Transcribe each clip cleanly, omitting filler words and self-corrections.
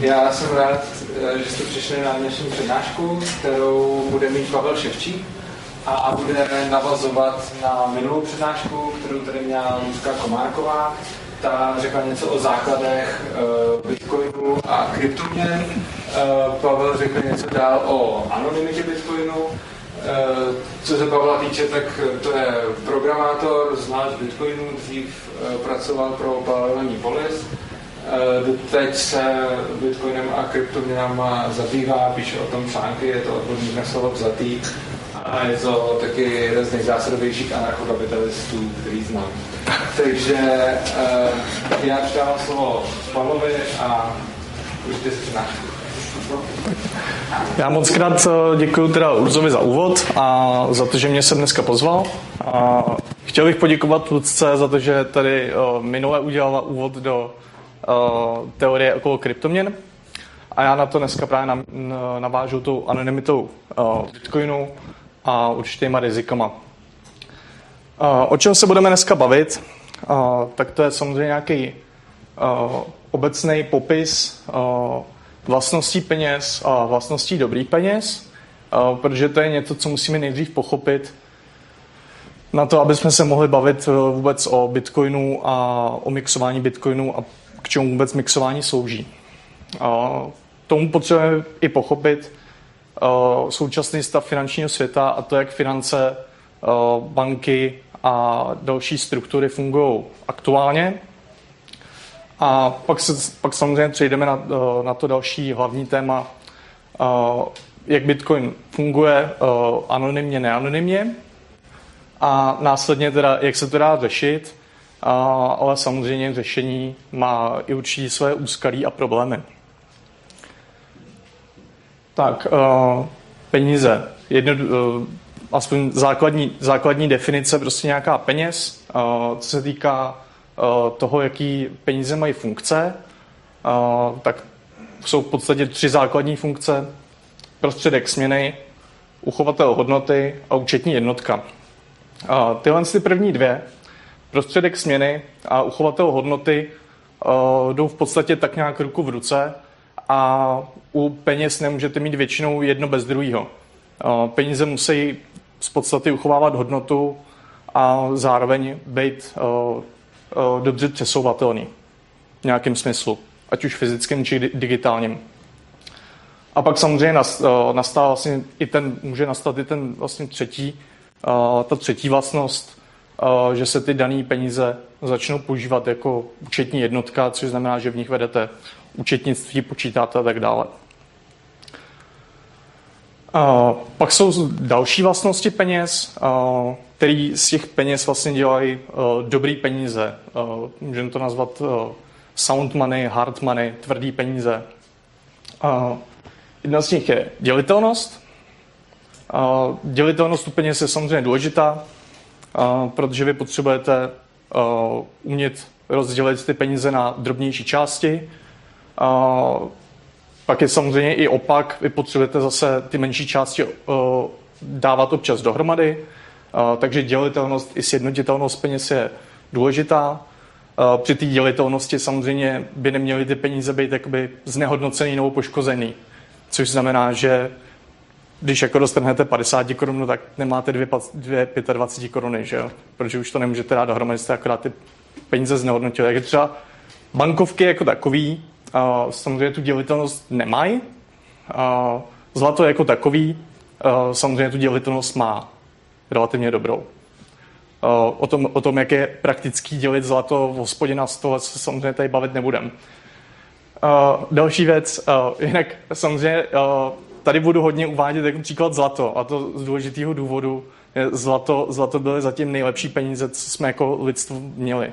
Já jsem rád, že jste přišli na dnešní přednášku, kterou bude mít Pavel Ševčík a bude navazovat na minulou přednášku, kterou tady měla Lucka Komárková. Ta řekla něco o základech Bitcoinu a kryptoměn. Pavel řekl něco dál o anonymitě Bitcoinu. Co se Pavla týče, tak to je programátor, zvlášť Bitcoinu, dřív pracoval pro paralelní polis. Teď se Bitcoinem a kryptoměnama zabývá, píše o tom články, je to odborník na slovo zlatý a je to taky jeden z nejzásadovějších anarchokapitalistů, který znám. Takže já předávám slovo Pavlovi a užijte si přednášku. Já moc krát děkuji teda Urzovi za úvod a za to, že mě sem dneska pozval. A chtěl bych poděkovat Lucce za to, že tady minule udělala úvod do teorie okolo kryptoměn. A já na to dneska právě navážu tou anonymitou Bitcoinu a určitýma rizikama. O čem se budeme dneska bavit? Tak to je samozřejmě nějaký obecný popis vlastností peněz a vlastností dobrých peněz, protože to je něco, co musíme nejdřív pochopit na to, aby jsme se mohli bavit vůbec o Bitcoinu a o mixování Bitcoinu a k čemu vůbec mixování slouží. Tomu potřebujeme i pochopit současný stav finančního světa a to, jak finance, banky a další struktury fungují aktuálně. A pak samozřejmě přejdeme na to další hlavní téma, jak Bitcoin funguje anonymně, neanonymně a následně teda, jak se to dá řešit, ale samozřejmě řešení má i určitě své úskalí a problémy. Tak, peníze. Aspoň základní definice, prostě nějaká peněz, co se týká toho, jaký peníze mají funkce, tak jsou v podstatě 3 základní funkce. Prostředek směny, uchovatel hodnoty a účetní jednotka. Tyhle první 2, prostředek směny a uchovatel hodnoty, jdou v podstatě tak nějak ruku v ruce a u peněz nemůžete mít většinou jedno bez druhého. Peníze musí z podstaty uchovávat hodnotu a zároveň být dobře přesouvatelný v nějakém smyslu, ať už fyzickém či digitálním. A pak samozřejmě může nastat i ten vlastně ta třetí vlastnost, že se ty dané peníze začnou používat jako účetní jednotka, což znamená, že v nich vedete účetnictví, počítáte a tak dále. Pak jsou další vlastnosti peněz, který z těch peněz vlastně dělají dobrý peníze. Můžeme to nazvat sound money, hard money, tvrdý peníze. Jedna z nich je dělitelnost. Dělitelnost u peněz je samozřejmě důležitá, protože vy potřebujete umět rozdělit ty peníze na drobnější části. Pak je samozřejmě i opak, vy potřebujete zase ty menší části dávat občas dohromady, takže dělitelnost i sjednotitelnost peněz je důležitá. Při té dělitelnosti samozřejmě by neměly ty peníze být jakoby znehodnocený nebo poškozený, což znamená, že když jako dostanete 50 korun, tak nemáte dvě 25 koruny, že jo? Protože už to nemůžete dát dohromady, jste akorát ty peníze znehodnotili. Takže třeba bankovky jako takový samozřejmě tu dělitelnost nemají. Zlato jako takový samozřejmě tu dělitelnost má relativně dobrou. O tom, jak je praktický dělit zlato v hospodě na stole, se samozřejmě tady bavit nebudem. Další věc, jinak samozřejmě tady budu hodně uvádět jako příklad zlato, a to z důležitého důvodu. Zlato byly zatím nejlepší peníze, co jsme jako lidstvo měli.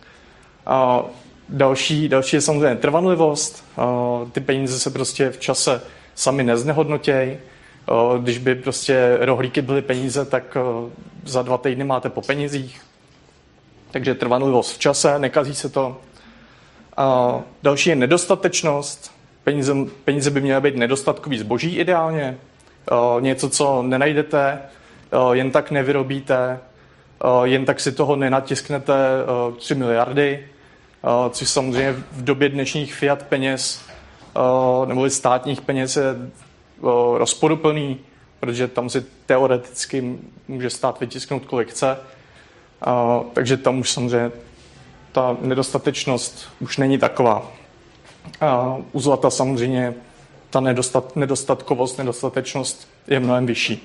Další je samozřejmě trvanlivost. Ty peníze se prostě v čase sami neznehodnotějí. Když by prostě rohlíky byly peníze, tak za 2 týdny máte po penězích. Takže trvanlivost v čase, nekazí se to. Další je nedostatečnost. Peníze by měly být nedostatkový zboží ideálně. Něco, co nenajdete, jen tak nevyrobíte, jen tak si toho nenatisknete 3 miliardy, což samozřejmě v době dnešních fiat peněz nebo státních peněz je rozporuplný, protože tam si teoreticky může stát vytisknout, kolik chce. Takže tam už samozřejmě ta nedostatečnost už není taková. U zlata samozřejmě ta nedostatkovost, nedostatečnost je mnohem vyšší.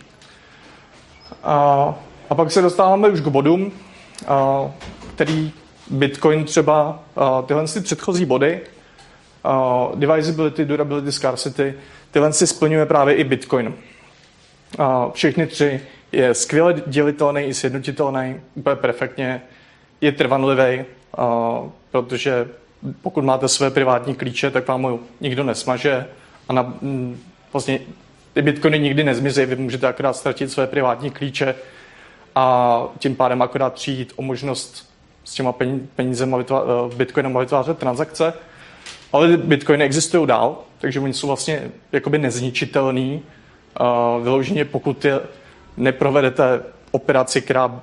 A pak se dostáváme už k bodům, který Bitcoin třeba, tyhle předchozí body, divisibility, durability, scarcity, tyhle si splňuje právě i Bitcoin. Všechny tři je skvěle dělitelný i sjednotitelný, úplně perfektně, je trvanlivý, protože pokud máte své privátní klíče, tak vám ho nikdo nesmaže a vlastně ty bitcoiny nikdy nezmizí, vy můžete akorát ztratit své privátní klíče a tím pádem akorát přijít o možnost s těma penízema bitcoinama vytvářet transakce. Ale bitcoiny existují dál, takže oni jsou vlastně jakoby nezničitelný. Vyloženě pokud neprovedete operaci, která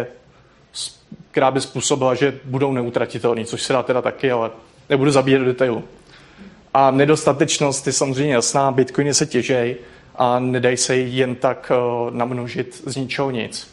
by způsobila, že budou neutratitelný, což se dá teda taky, ale nebudu zabíjet do detailu. A nedostatečnost je samozřejmě jasná, bitcoiny se těžejí a nedají se jen tak namnožit z ničeho nic.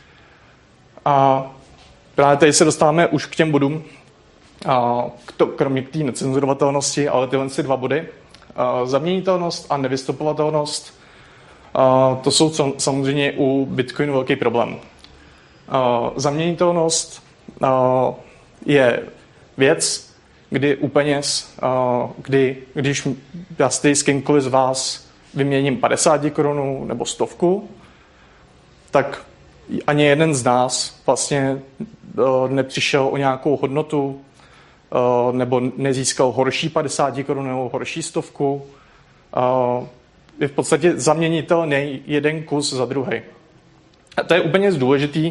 A právě tady se dostáváme už k těm bodům, kromě té necenzurovatelnosti, ale tyhle dva body. Zaměnitelnost a nevystupovatelnost, to jsou samozřejmě u Bitcoinu velký problém. Zaměnitelnost je věc, kdy u peněz, když já si s kýmkoliv z vás vyměním 50 korunů nebo 100, tak ani jeden z nás vlastně nepřišel o nějakou hodnotu nebo nezískal horší 50 korun nebo horší 100. Je v podstatě zaměnitelný jeden kus za druhý. A to je úplně důležitý,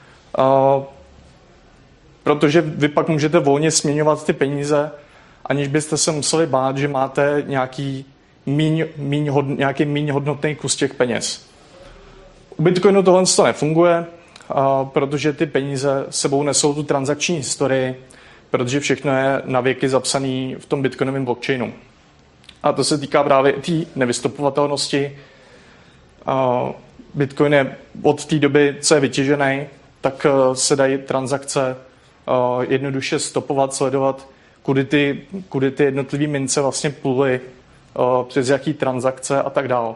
protože vy pak můžete volně směňovat ty peníze, aniž byste se museli bát, že máte nějaký míň hodnotný kus těch peněz. U Bitcoinu tohle nefunguje, protože ty peníze sebou nesou tu transakční historii, protože všechno je na věky zapsané v tom bitcoinovém blockchainu. A to se týká právě té nevystupovatelnosti. Bitcoin je od té doby, co je vytěžený, tak se dají transakce jednoduše stopovat, sledovat, kudy ty jednotlivé mince vlastně pluly, přes jaký transakce a tak dále.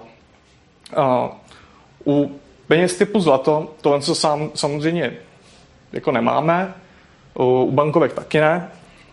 U peněz typu zlato, tohle co samozřejmě jako nemáme, u bankovek taky ne.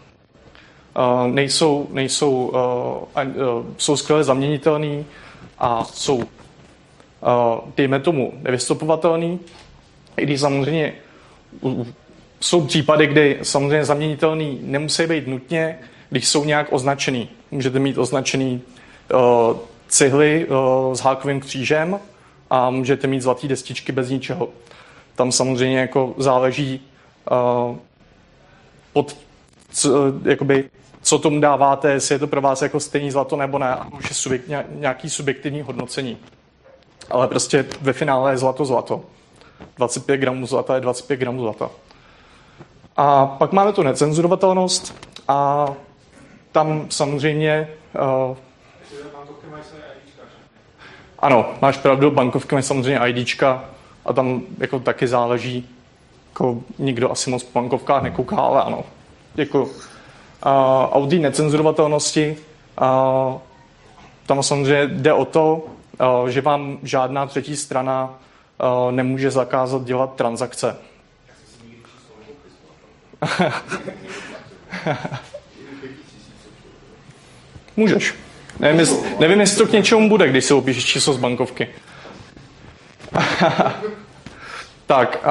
Jsou skvěle zaměnitelný a jsou, dejme tomu, nevystupovatelný, i když samozřejmě jsou případy, kdy samozřejmě zaměnitelný nemusí být nutně, když jsou nějak označený. Můžete mít označený cihly s hákovým křížem a můžete mít zlatý destičky bez ničeho. Tam samozřejmě jako záleží co tomu dáváte, jestli je to pro vás jako stejný zlato nebo ne, a už je nějaký subjektivní hodnocení. Ale prostě ve finále je zlato. 25 gramů zlata je 25 gramů zlata. A pak máme tu necenzurovatelnost a tam samozřejmě... Ano, máš pravdu, bankovky mají samozřejmě IDčka a tam jako taky záleží, jako nikdo asi moc po bankovkách nekouká, ale ano. Děkuju. A u té necenzurovatelnosti tam samozřejmě jde o to, že vám žádná třetí strana nemůže zakázat dělat transakce. Můžeš. Nevím, jestli to k něčemu bude, když si opíšeš číslo z bankovky. Tak.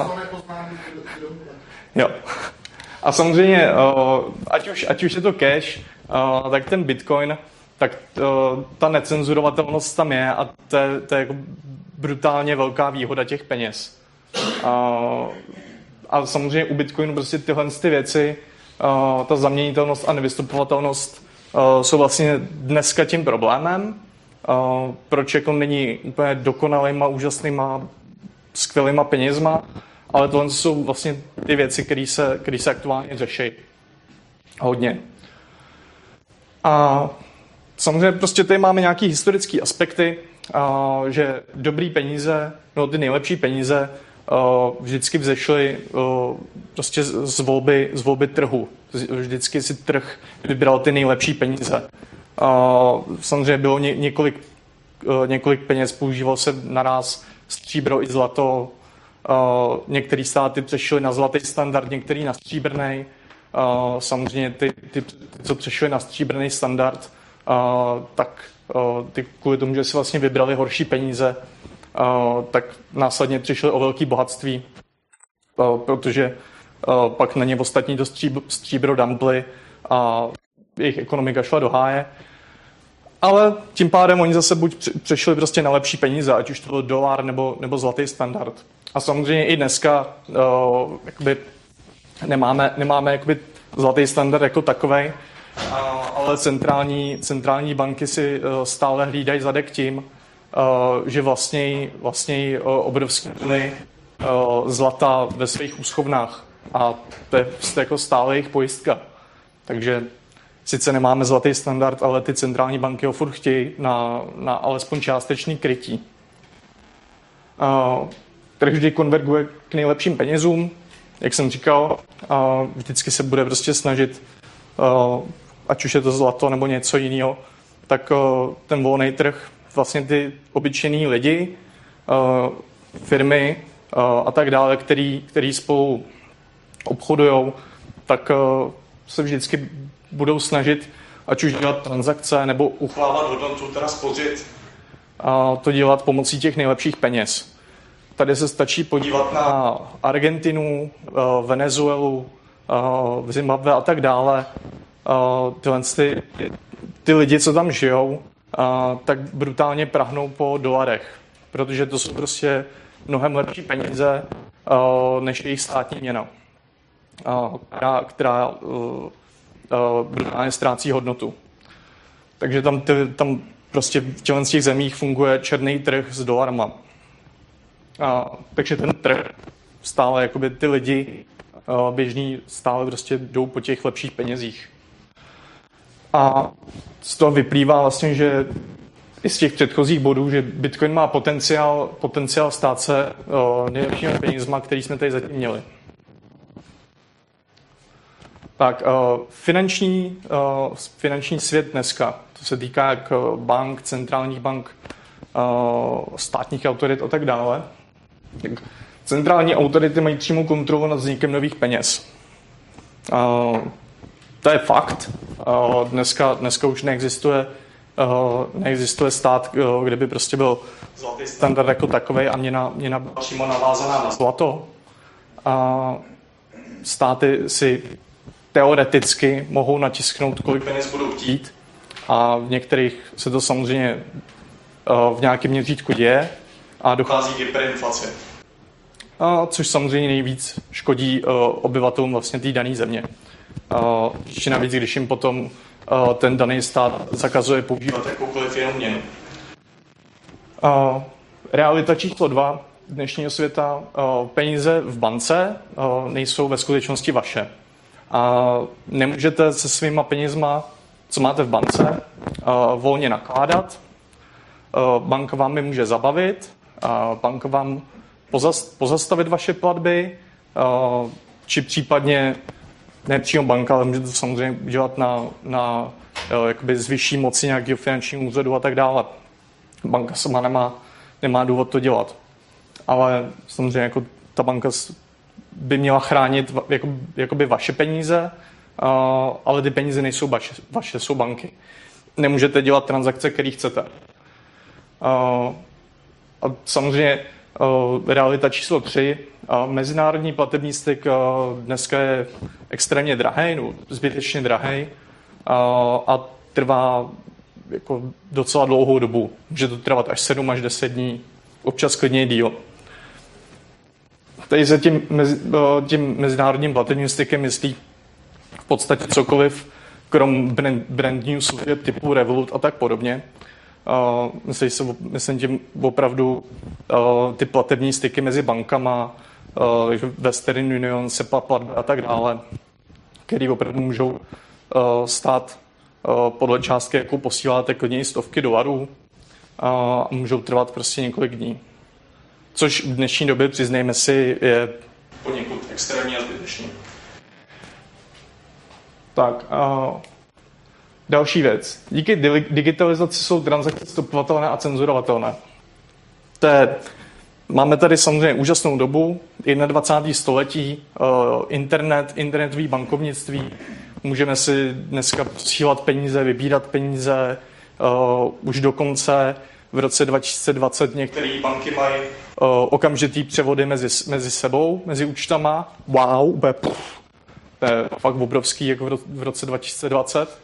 Jo. A samozřejmě, ať už je to cash, tak ten Bitcoin, tak ta necenzurovatelnost tam je a to je jako brutálně velká výhoda těch peněz. A samozřejmě u Bitcoinu prostě tyhle ty věci, ta zaměnitelnost a nevystupovatelnost jsou vlastně dneska tím problémem. Proč jako není úplně dokonalýma, úžasnýma, skvělýma penězma, ale tohle jsou vlastně ty věci, které se aktuálně řeší hodně. A Samozřejmě prostě tady máme nějaké historické aspekty, že dobrý peníze, no ty nejlepší peníze vždycky vzešly prostě z volby trhu. Vždycky si trh vybral ty nejlepší peníze. Samozřejmě bylo několik peněz, používalo se naraz stříbro i zlato. Některé státy přešly na zlatý standard, některý na stříbrný. Samozřejmě ty, co přešly na stříbrný standard, tak ty kvůli tomu, že si vlastně vybrali horší peníze, tak následně přišli o velké bohatství, protože pak na ně ostatní to stříbro dumply a jejich ekonomika šla do háje. Ale tím pádem oni zase buď přešli prostě na lepší peníze, ať už to byl dolar nebo zlatý standard. A samozřejmě i dneska jakoby nemáme jakoby zlatý standard jako takovej, ale centrální banky si stále hlídají zadek tím, že vlastně obrovské tuny zlata ve svých úschovnách. A to je jako stále jejich pojistka. Takže sice nemáme zlatý standard, ale ty centrální banky ho furt chtějí na alespoň částečný krytí. Trh vždy konverguje k nejlepším penězům. Jak jsem říkal, vždycky se bude prostě snažit, ať už je to zlato nebo něco jiného, tak ten volný trh, vlastně ty obyčejný lidi, firmy a tak dále, který spolu obchodujou, tak se vždycky budou snažit, ať už dělat transakce nebo uchlávat hodnotu, teda spořit, a to dělat pomocí těch nejlepších peněz. Tady se stačí podívat na Argentinu, Venezuelu, Zimbabwe a tak dále. Ty lidi, co tam žijou, tak brutálně prahnou po dolarech, protože to jsou prostě mnohem lepší peníze než jejich státní měna, která brutálně ztrácí hodnotu. Takže tam prostě v těch zemích funguje černý trh s dolarama. Takže ten trh stále, jakoby ty lidi běžní stále prostě jdou po těch lepších penězích. A z toho vyplývá vlastně, že i z těch předchozích bodů, že Bitcoin má potenciál stát se nejlepšími penězma, který jsme tady zatím měli. Tak, finanční svět dneska, to se týká jak bank, centrálních bank, státních autorit a tak dále. Centrální autority mají přímou kontrolu nad vznikem nových peněz. To je fakt. Dneska už neexistuje stát, kde by prostě byl zlatý standard jako takovej a měna přímo navázaná na zlato. Státy si teoreticky mohou natisknout, kolik peněz budou chtít, a v některých se to samozřejmě v nějakém měřítku děje a dochází k hyperinflaci. Což samozřejmě nejvíc škodí obyvatelům vlastně té dané země. Ještě navíc, když jim potom ten daný stát zakazuje používat jakoukoliv jinou měnu. Realita číslo 2 dnešního světa. Peníze v bance nejsou ve skutečnosti vaše. Nemůžete se svýma penězma, co máte v bance, volně nakládat. Banka vám je může zabavit, banka vám pozastavit vaše platby, či případně ne přímo banka, ale můžete to samozřejmě dělat na jakoby z vyšší moci nějakého finančního úřadu a tak dále. Banka sama nemá důvod to dělat. Ale samozřejmě jako ta banka by měla chránit jakoby vaše peníze, ale ty peníze nejsou vaše, jsou banky. Nemůžete dělat transakce, které chcete. A samozřejmě realita číslo 3. Mezinárodní platební styk dneska je extrémně drahý, zbytečně drahý a trvá jako docela dlouhou dobu. Může to trvat až 7 až 10 dní, občas klidně díl. Tady se tím mezinárodním platebním stykem myslí v podstatě cokoliv, krom brand new služeb typu Revolut a tak podobně. Myslím tím opravdu ty platební styky mezi bankama, Western Union, SEPA platby a tak dále, které opravdu můžou stát podle částky, jakou posíláte, klidně i $100 a můžou trvat prostě několik dní. Což v dnešní době, přiznejme si, je poněkud extrémní a zbytečný. Tak, další věc. Díky digitalizaci jsou transakce stopovatelné a cenzurovatelné. Máme tady samozřejmě úžasnou dobu, 21. století, internetový bankovnictví, můžeme si dneska posílat peníze, vybírat peníze, už dokonce v roce 2020 některé banky mají okamžitý převody mezi sebou, mezi účtama. Wow, to je fakt obrovský, jako v roce 2020.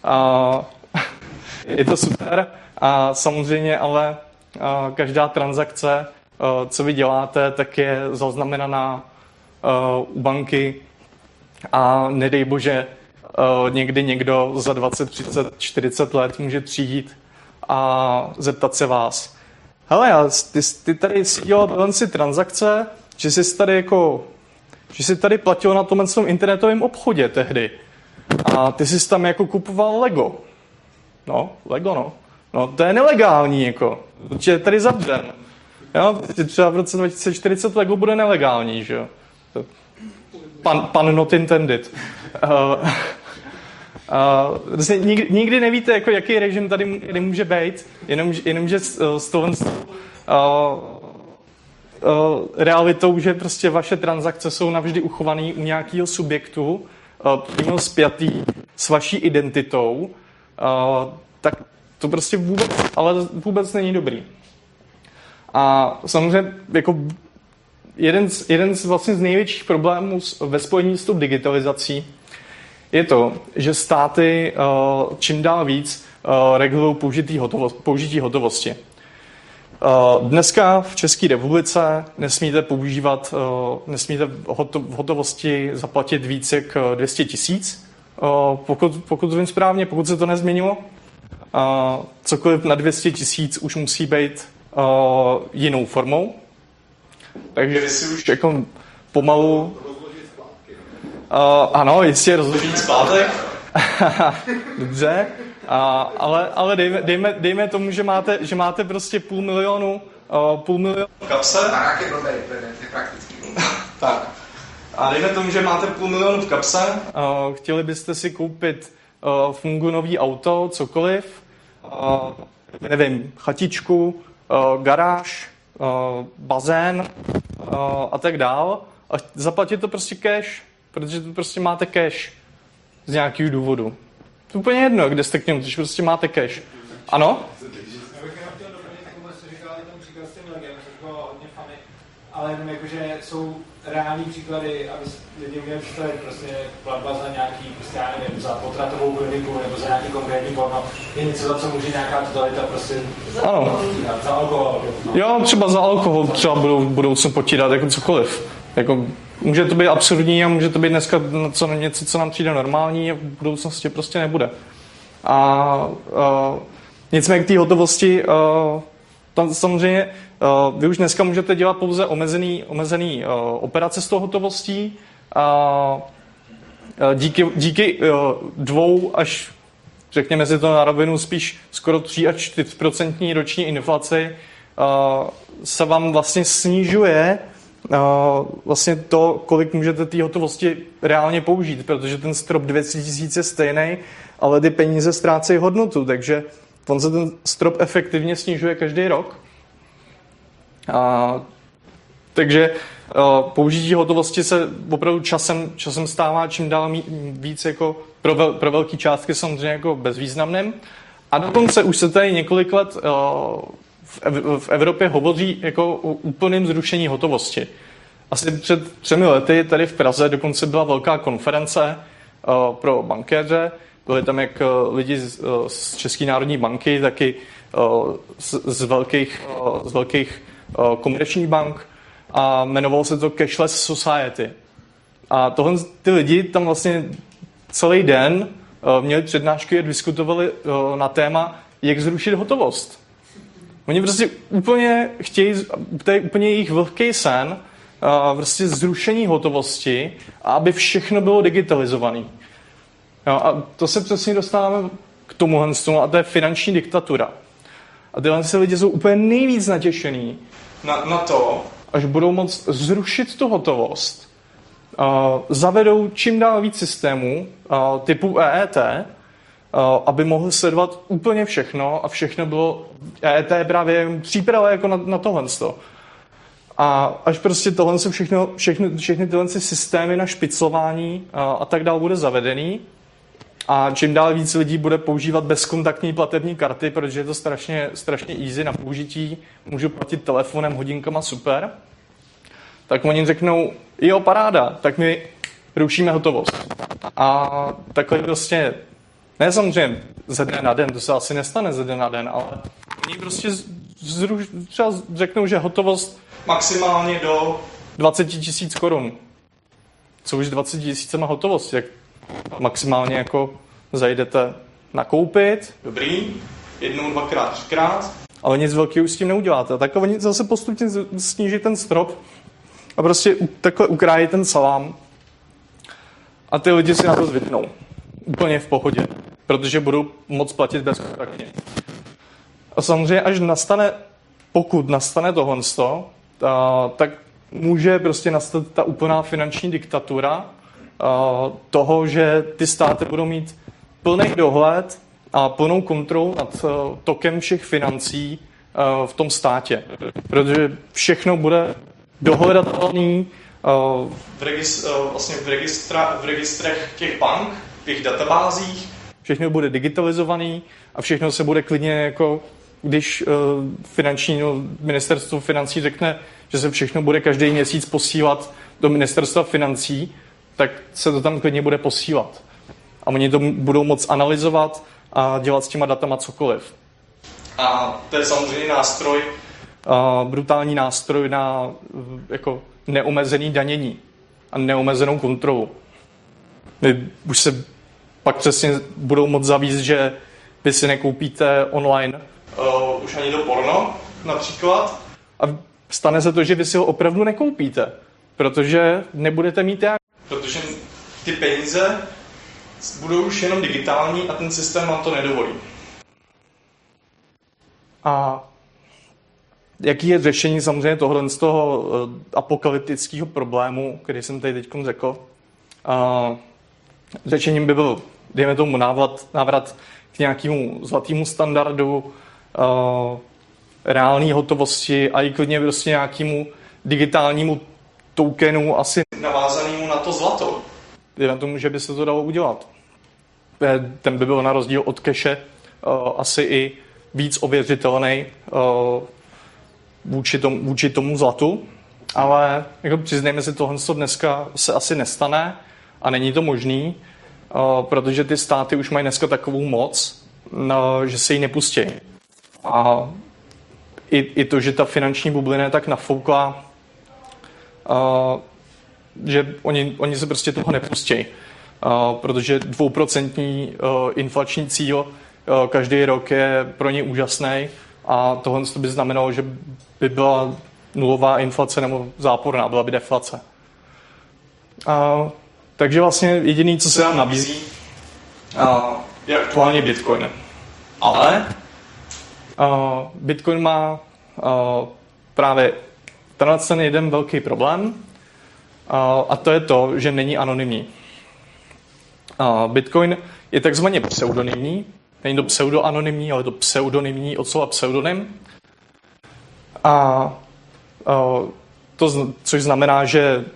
Je to super a samozřejmě ale každá transakce, co vy děláte, tak je zaznamenaná u banky a nedej bože, někdy někdo za 20, 30, 40 let může přijít a zeptat se vás. Hele, ty tady si dělal bilanci transakce, že jsi tady platil na tomhle internetovém obchodě tehdy a ty jsi tam jako kupoval Lego. No, Lego, no. No, to je nelegální, jako. Určitě je tady zavřen. Jo, třeba v roce 2040 Lego bude nelegální, že jo. Pan not intended. Nikdy nevíte, jako, jaký režim tady může být, jenomže s tohle realitou, že prostě vaše transakce jsou navždy uchované u nějakého subjektu, přímo spjatý s vaší identitou, tak to prostě vůbec není dobrý. A samozřejmě jako jeden z vlastně z největších problémů ve spojení s tou digitalizací je to, že státy čím dál víc regulují použití hotovosti. Dneska v České republice nesmíte v hotovosti zaplatit víc jak 200 000, pokud vím správně, pokud se to nezměnilo. Cokoliv na 200 000 už musí být jinou formou. Takže vy si už jako pomalu... ano, jistě rozložení zpátek. Dobře. Ale dejme tomu, že máte prostě půl milionu v kapse. Tak. A dejme tomu, že máte $500 000 v kapse. Chtěli byste si koupit fungunový auto, cokoliv. Nevím, chatičku, garáž, bazén a tak dál. A zaplatit to prostě cash, protože to prostě máte cash z nějakého důvodu. To je úplně jedno, kde jste k němu, když prostě máte cash. Ano? Já bych jenom chtěl doplnit k tomu, co říkala ten příklad s tím legem, což bylo hodně funny, ale jenom jakože jsou reální příklady, aby lidi uměli představit prostě platba za nějaký, prostě já nevím, za potratovou kliniku nebo za nějaký konkrétní porno, je něco, za co může nějaká totalita prostě za alkohol. Jo, třeba za alkohol třeba budou se potírat jako cokoliv. Jako, může to být absurdní a může to být dneska něco, co nám přijde normální a v budoucnosti prostě nebude. Nicméně k té hotovosti, tam samozřejmě vy už dneska můžete dělat pouze omezený operace s tou hotovostí. Díky 2 až, řekněme si to na rovinu, spíš skoro 3 až 4% roční inflaci se vám vlastně snižuje vlastně to, kolik můžete té hotovosti reálně použít, protože ten strop 200 000 je stejný, ale ty peníze ztrácejí hodnotu, takže on se ten strop efektivně snižuje každý rok. Takže použití hotovosti se opravdu časem stává čím dál víc jako pro velké částky samozřejmě jako bezvýznamným. A dokonce už se tady několik let v Evropě hovoří jako o úplném zrušení hotovosti. Asi před 3 lety tady v Praze dokonce byla velká konference pro bankéře. Byli tam jak lidi z České národní banky, taky z velkých komerčních bank a jmenovalo se to Cashless Society. A ty lidi tam vlastně celý den měli přednášky a diskutovali na téma, jak zrušit hotovost. Oni prostě úplně chtějí, to je úplně jejich velký sen, prostě zrušení hotovosti a aby všechno bylo digitalizované. A to se přesně dostáváme k tomuhle, a to je finanční diktatura. A tyhle se lidi jsou úplně nejvíc natěšený na to, až budou moct zrušit tu hotovost, zavedou čím dál víc systémů typu EET, aby mohl sledovat úplně všechno a všechno bylo EET právě příprava jako na tohle. A až prostě tohle se všechny tyhle systémy na špiclování a tak dál bude zavedený a čím dál víc lidí bude používat bezkontaktní platební karty, protože je to strašně easy na použití, můžu platit telefonem, hodinkama, super, tak oni řeknou, jo, paráda, tak my rušíme hotovost. A takhle prostě, ne samozřejmě ze dne na den, to se asi nestane ze dne na den, ale oni prostě třeba řeknou, že hotovost maximálně do 20 000 korun. Co už 20 000 hotovost, jak maximálně jako zajdete nakoupit, dobrý, jednou, dvakrát, třikrát, ale nic velkého s tím neuděláte. Tak oni zase postupně sníží ten strop a prostě takhle ukrájí ten salám a ty lidi si na to zvyknou. Úplně v pohodě, protože budou moc platit bezkontaktně. A samozřejmě, až pokud nastane tohle, tak může prostě nastat ta úplná finanční diktatura toho, že ty státy budou mít plný dohled a plnou kontrolu nad tokem všech financí v tom státě. Protože všechno bude dohledatelné v registrech těch bank, v těch databázích. Všechno bude digitalizované a všechno se bude klidně jako když ministerstvo financí řekne, že se všechno bude každý měsíc posílat do ministerstva financí, tak se to tam klidně bude posílat. A oni to budou moct analyzovat a dělat s těma datama cokoliv. A to je samozřejmě brutální nástroj na jako neomezený danění a neomezenou kontrolu. Už se pak přesně budou moct zavíst, že vy si nekoupíte online už ani do porno například a stane se to, že vy si ho opravdu nekoupíte, protože nebudete mít jak. Protože ty peníze budou už jenom digitální a ten systém vám to nedovolí. A jaký je řešení samozřejmě tohle z toho apokalyptického problému, který jsem tady teď řekl? Řešením by byl, dejme tomu, návrat k nějakému zlatému standardu, reální hotovosti a i klidně prostě nějakému digitálnímu tokenu, asi navázanému na to zlato. Dejme tomu, že by se to dalo udělat. Ten by byl na rozdíl od keše asi i víc ověřitelný vůči tomu zlatu, ale jako přiznejme si, tohle dneska se asi nestane a není to možný, protože ty státy už mají dneska takovou moc, že se jí nepustí. A i to, že ta finanční bublina je tak nafoukla, že oni se prostě toho nepustí. Protože 2% inflační cíl každý rok je pro ně úžasný a tohle by znamenalo, že by byla nulová inflace nebo záporná, byla by deflace. Takže vlastně jediný, co se nám nabízí, je aktuálně Bitcoin. Ale Bitcoin má právě ten jeden velký problém a to je to, že není anonymní. Bitcoin je takzvaně pseudonymní, není to pseudoanonymní, ale to pseudonymní od slova pseudonym. Což znamená, že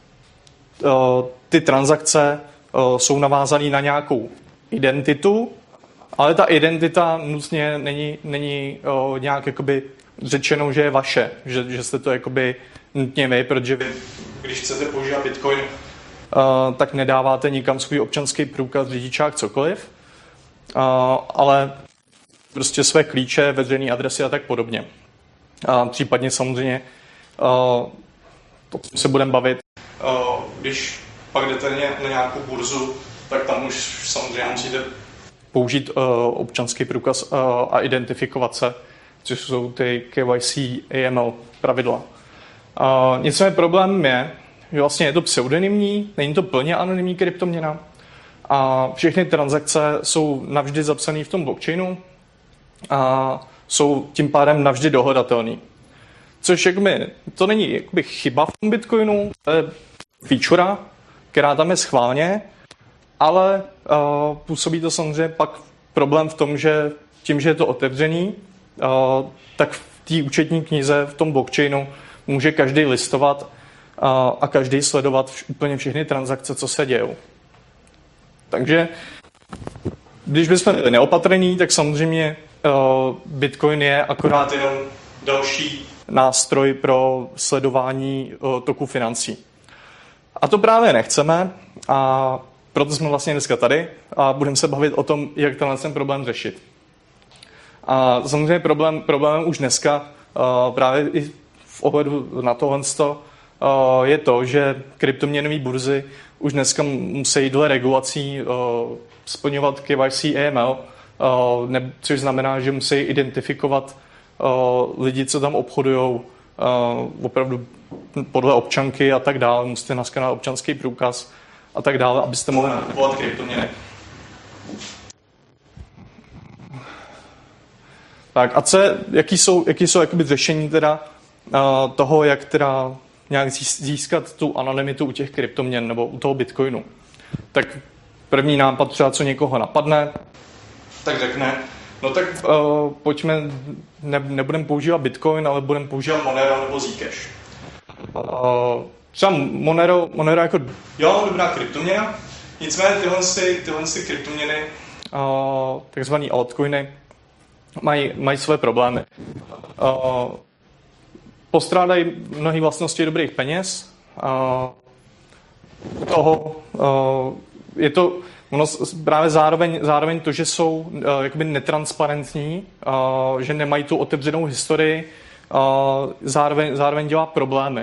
ty transakce jsou navázané na nějakou identitu, ale ta identita nutně není nějak jakoby řečeno, že je vaše, že jste to jakoby nutně vy, protože vy, když chcete používat Bitcoin, tak nedáváte nikam svůj občanský průkaz, řidičák, cokoliv, ale prostě své klíče, veřejné adresy a tak podobně. Případně samozřejmě to se budeme bavit. Když pak jdete na nějakou burzu, tak tam už samozřejmě musíte použít občanský průkaz a identifikovat se, což jsou ty KYC AML pravidla. Nicméně problém je, že vlastně je to pseudonymní, není to plně anonymní kryptoměna a všechny transakce jsou navždy zapsané v tom blockchainu a jsou tím pádem navždy dohledatelné. Což to není chyba v tom Bitcoinu, to je feature, která tam je schválně, ale působí to samozřejmě pak problém v tom, že tím, že je to otevřený, tak v té účetní knize v tom blockchainu může každý listovat a každý sledovat úplně všechny transakce, co se dějou. Takže když bychom byli neopatrní, tak samozřejmě Bitcoin je akorát jenom další nástroj pro sledování toku financí. A to právě nechceme a proto jsme vlastně dneska tady a budeme se bavit o tom, jak ten problém řešit. A samozřejmě problémem už dneska právě i v ohledu na tohle je to, že kryptoměnové burzy už dneska musí dle regulací splňovat KYC AML, což znamená, že musí identifikovat lidi, co tam obchodují, opravdu podle občanky a tak dále. Musíte naskanovat občanský průkaz a tak dále, abyste mohli nakupovat kryptoměny. Tak a jaký jsou řešení teda toho, jak teda nějak získat tu anonymitu u těch kryptoměn nebo u toho Bitcoinu? Tak první nápad třeba, co někoho napadne, tak řekne, no tak pojďme, nebudeme používat Bitcoin, ale budeme používat Monero nebo Zcash. Třeba Monero jako dobrá kryptoměna, nicméně tyhle kryptoměny, takzvané altcoiny, mají své problémy. Postrádají mnohé vlastnosti dobrých peněz. Je to právě zároveň to, že jsou jakoby netransparentní, že nemají tu otevřenou historii, zároveň dělá problémy.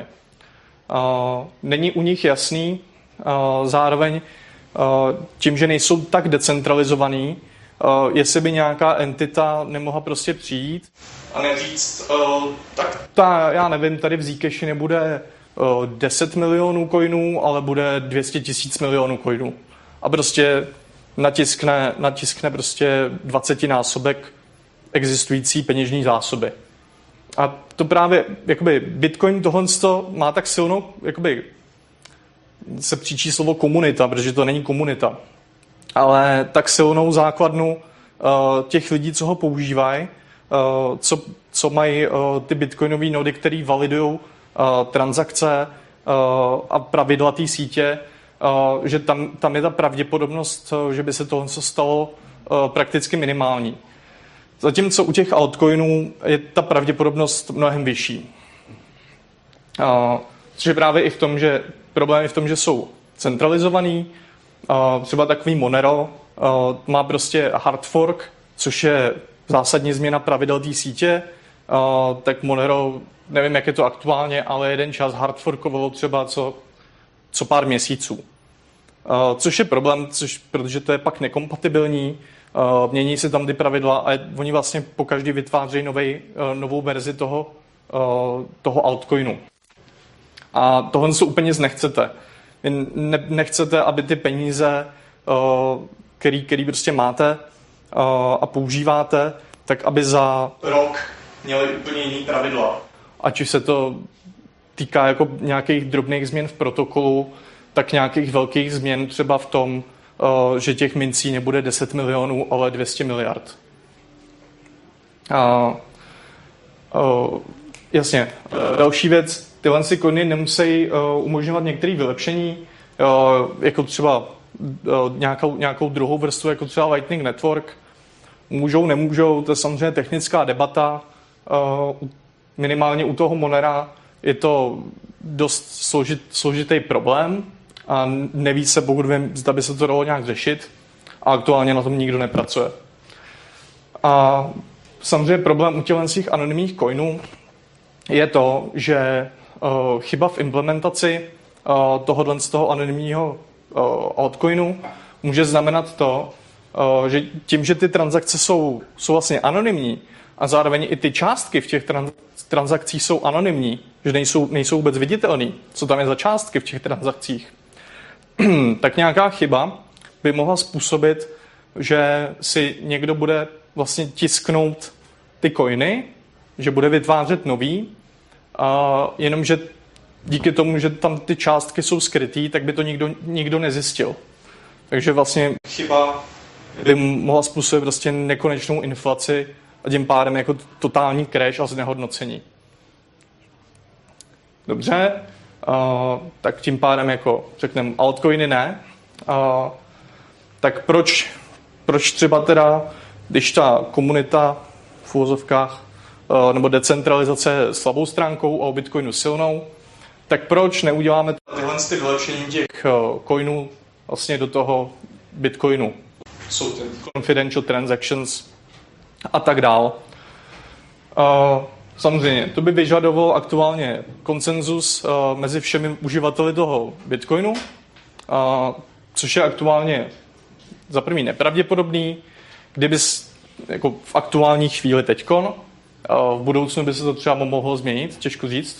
Není u nich jasný, zároveň tím, že nejsou tak decentralizovaný, jestli by nějaká entita nemohla prostě přijít a neříct, já nevím, tady v Zcashi nebude 10 milionů coinů, ale bude 200 000 milionů coinů. A prostě natiskne prostě 20násobek existující peněžní zásoby. A to právě, jakoby Bitcoin tohle má tak silnou, jakoby se příčí slovo komunita, protože to není komunita, ale tak silnou základnu těch lidí, co ho používají, co mají ty bitcoinové nody, které validují transakce a pravidla té sítě, že tam je ta pravděpodobnost, že by se tohle stalo prakticky minimální. Zatímco u těch altcoinů je ta pravděpodobnost mnohem vyšší. Což je právě i v tom, že problém je v tom, že jsou centralizovaný. Třeba takový Monero má prostě hard fork, což je zásadní změna pravidel té sítě. Tak Monero, nevím, jak je to aktuálně, ale jeden čas hard forkovalo třeba co pár měsíců. Což je problém, protože to je pak nekompatibilní, mění se tam ty pravidla a oni vlastně pokaždý vytvářejí novou verzi toho altcoinu. A tohle se úplně nechcete. Nechcete, aby ty peníze, který prostě máte a používáte, tak aby za rok měli úplně jiný pravidla. Ať už se to týká jako nějakých drobných změn v protokolu, tak nějakých velkých změn třeba v tom, že těch mincí nebude 10 milionů, ale 200 miliard. Jasně. Další věc, tyhle si coiny nemusí umožňovat některé vylepšení, jako třeba nějakou druhou vrstvu, jako třeba Lightning Network. Můžou, nemůžou, to je samozřejmě technická debata. Minimálně u toho Monera je to dost složitý problém a neví se, pokud vím, zda by se to dalo nějak řešit a aktuálně na tom nikdo nepracuje. A samozřejmě problém u těch anonymních coinů je to, že chyba v implementaci tohohle z toho anonymního altcoinu může znamenat to, že tím, že ty transakce jsou vlastně anonymní a zároveň i ty částky v těch transakcích jsou anonymní, že nejsou vůbec viditelný, co tam je za částky v těch transakcích, tak nějaká chyba by mohla způsobit, že si někdo bude vlastně tisknout ty coiny, že bude vytvářet nový, jenomže díky tomu, že tam ty částky jsou skrytý, tak by to nikdo nezjistil. Takže vlastně chyba by mohla způsobit prostě nekonečnou inflaci a tím pádem jako totální crash a znehodnocení. Dobře, tak tím pádem jako řekneme altcoiny ne. Tak proč třeba teda, když ta komunita v uvozovkách nebo decentralizace je slabou stránkou a o Bitcoinu silnou, tak proč neuděláme tyhle vylepšení těch coinů vlastně do toho Bitcoinu? Jsou ty confidential transactions a tak dál. Samozřejmě, to by vyžadovalo aktuálně konsenzus mezi všemi uživateli toho Bitcoinu, což je aktuálně za první nepravděpodobný, kdyby jako v aktuální chvíli teďkon, v budoucnu by se to třeba mohlo změnit, těžko říct.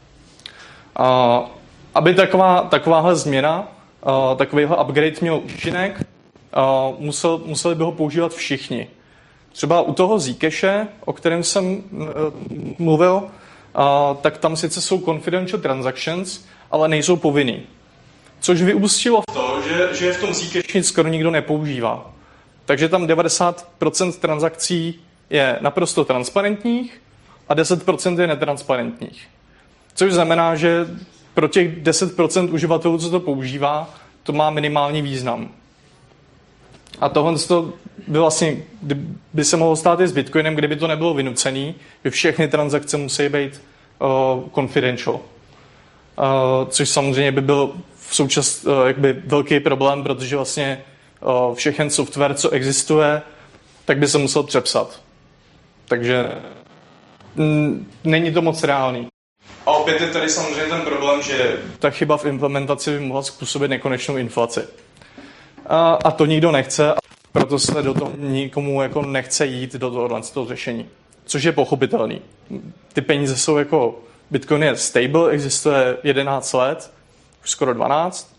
Aby takováhle změna, takovýhle upgrade měl účinek, museli by ho používat všichni. Třeba u toho Zcache, o kterém jsem mluvil, tak tam sice jsou confidential transactions, ale nejsou povinný. Což vyústilo v to, že v tom Zcache nic skoro nikdo nepoužívá. Takže tam 90% transakcí je naprosto transparentních a 10% je netransparentních. Což znamená, že pro těch 10% uživatelů, co to používá, to má minimální význam. A tohle by vlastně by se mohlo stát i s Bitcoinem, kdyby to nebylo vynucený, že všechny transakce musí být confidential. Což samozřejmě by byl v jakby velký problém, protože vlastně všechen software, co existuje, tak by se musel přepsat. Takže není to moc reálný. A opět je tady samozřejmě ten problém, že ta chyba v implementaci by mohla způsobit nekonečnou inflaci. A to nikdo nechce, a proto se do toho nikomu jako nechce jít do toho řešení. Což je pochopitelný. Ty peníze jsou jako, Bitcoin je stable, existuje 11 let, už skoro 12.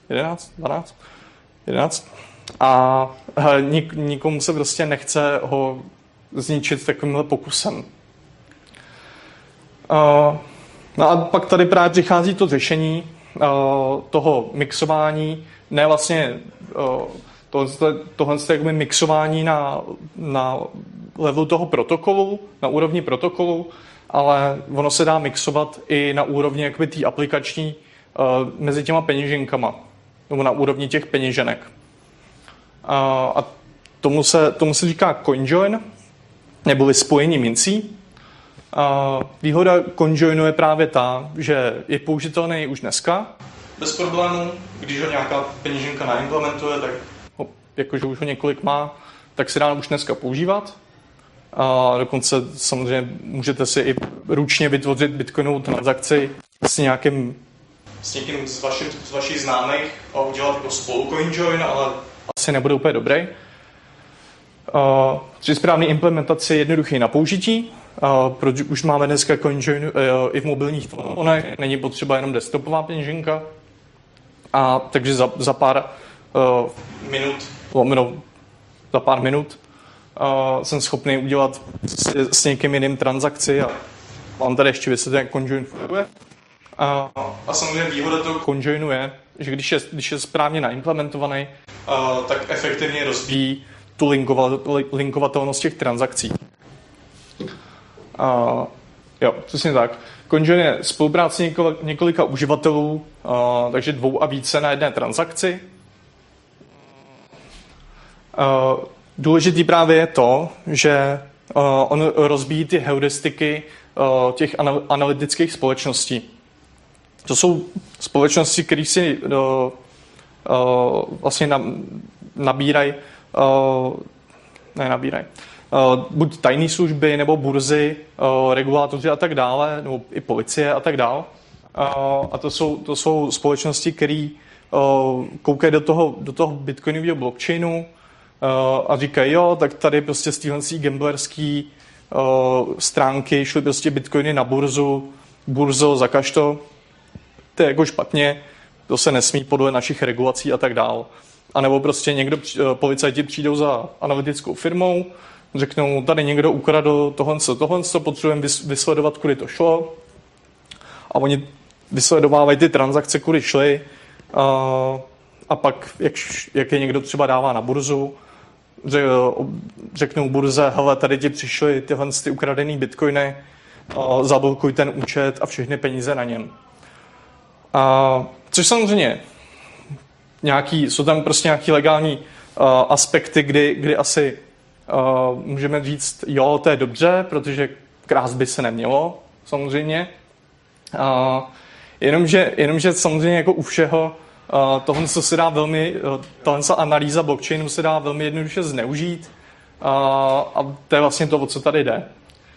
11. A nikomu se prostě nechce ho zničit takovýmhle pokusem. No a pak tady právě přichází to řešení toho mixování, ne vlastně tohle je mixování na levelu toho protokolu, na úrovni protokolu, ale ono se dá mixovat i na úrovni jakoby té aplikační mezi těma peněženkama, nebo na úrovni těch peněženek. A tomu se říká CoinJoin, neboli spojení mincí. Výhoda CoinJoinu je právě ta, že je použitelný už dneska, bez problémů. Když ho nějaká peněženka naimplementuje, tak jakože už ho několik má, tak se dá už dneska používat. A dokonce samozřejmě můžete si i ručně vytvořit bitcoinovou transakci s někým z vašich známých a udělat jako spolu CoinJoin, ale asi nebude úplně dobrý. Při správné implementaci je jednoduchý na použití, protože už máme dneska CoinJoin i v mobilních telefonech, není potřeba jenom desktopová peněženka. Takže za pár minut jsem schopný udělat s někým jiným transakci a mám tady ještě vysvětlit, jak CoinJoin funguje. A samozřejmě výhoda toho CoinJoinu je, že když je správně naimplementovaný, tak efektivně rozvíjí tu linkovatelnost těch transakcí. Jo, přesně tak. CoinJoin je spolupráce několika uživatelů, takže 2 a více na jedné transakci. Důležitý právě je to, že on rozbíjí ty heuristiky těch analytických společností. To jsou společnosti, které si vlastně nabírají buď tajné služby, nebo burzy, regulátoři a tak dále, nebo i policie a tak dále. A to jsou společnosti, které koukají do toho bitcoinového blockchainu a říkají, jo, tak tady prostě z téhle gamblerské stránky šly prostě bitcoiny na burzo, zakaž to. To je jako špatně, to se nesmí podle našich regulací a tak dále. anebo prostě policajti přijdou za analytickou firmou, řeknou, tady někdo ukradl tohle, potřebujeme vysledovat, kudy to šlo. A oni vysledovávají ty transakce, kudy šly. A pak, jak je někdo třeba dává na burzu, řeknou burze, hele, tady ti přišly tyhle ukradený bitcoiny, zablokuj ten účet a všechny peníze na něm. Což samozřejmě jsou tam prostě nějaký legální aspekty, kdy asi můžeme říct, jo, to je dobře, protože krást by se nemělo, samozřejmě. Jenomže samozřejmě jako u všeho tohle se dá tahle analýza blockchainu se dá velmi jednoduše zneužít a to je vlastně to, o co tady jde.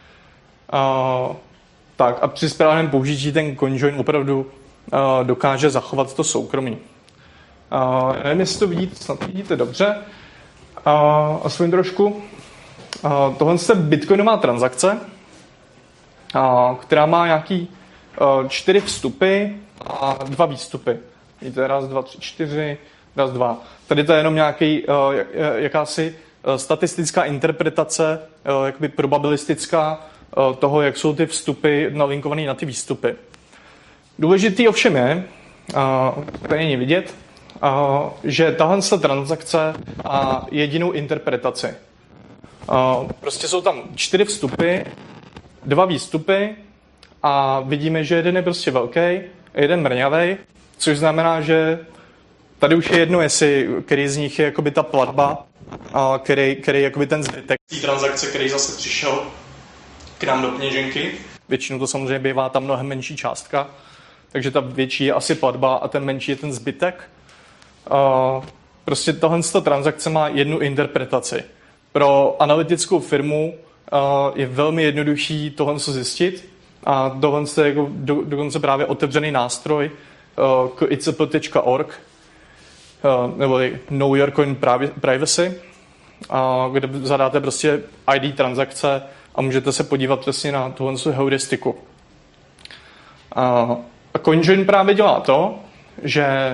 Tak a při správném použití ten CoinJoin opravdu dokáže zachovat to soukromí. Nevím, jestli to snad vidíte dobře. Aspoň trošku. Tohle je bitcoinová transakce, která má nějaký 4 vstupy a 2 výstupy. Vidíte, 1, 2, 3, 4, 1, 2. Tady to je jenom jakási statistická interpretace, jakoby probabilistická toho, jak jsou ty vstupy nalinkované na ty výstupy. Důležitý ovšem je, to není vidět, že tahle transakce má jedinou interpretaci. Prostě jsou tam 4 vstupy, 2 výstupy a vidíme, že jeden je prostě velký a jeden mrňavej, což znamená, že tady už je jedno, který z nich je jakoby ta platba, který jakoby ten zbytek té transakce, který zase přišel k nám do peněženky. Většinou to samozřejmě bývá tam mnohem menší částka, takže ta větší je asi platba a ten menší je ten zbytek. Prostě tahle transakce má jednu interpretaci. Pro analytickou firmu je velmi jednoduchý tohle zjistit a tohle je jako dokonce právě otevřený nástroj k icp.org nebo Know Your Coin Privacy, kde zadáte prostě ID transakce a můžete se podívat přesně na tuhle heuristiku. A CoinJoin právě dělá to, že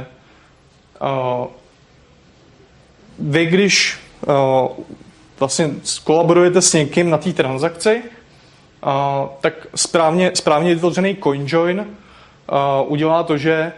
vy, když vlastně kolaborujete s někým na té transakci, tak správně vytvořený CoinJoin udělá to, že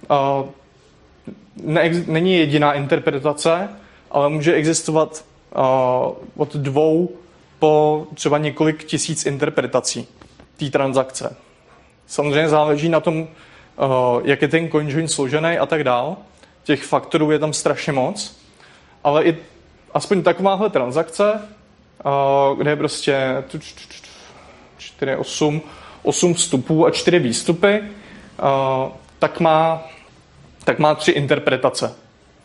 není jediná interpretace, ale může existovat od 2 po třeba několik tisíc interpretací té transakce. Samozřejmě záleží na tom, jak je ten CoinJoin složený a tak dál. Těch faktorů je tam strašně moc, ale i aspoň takováhle transakce, kde je prostě 8 vstupů a 4 výstupy, tak má 3 interpretace.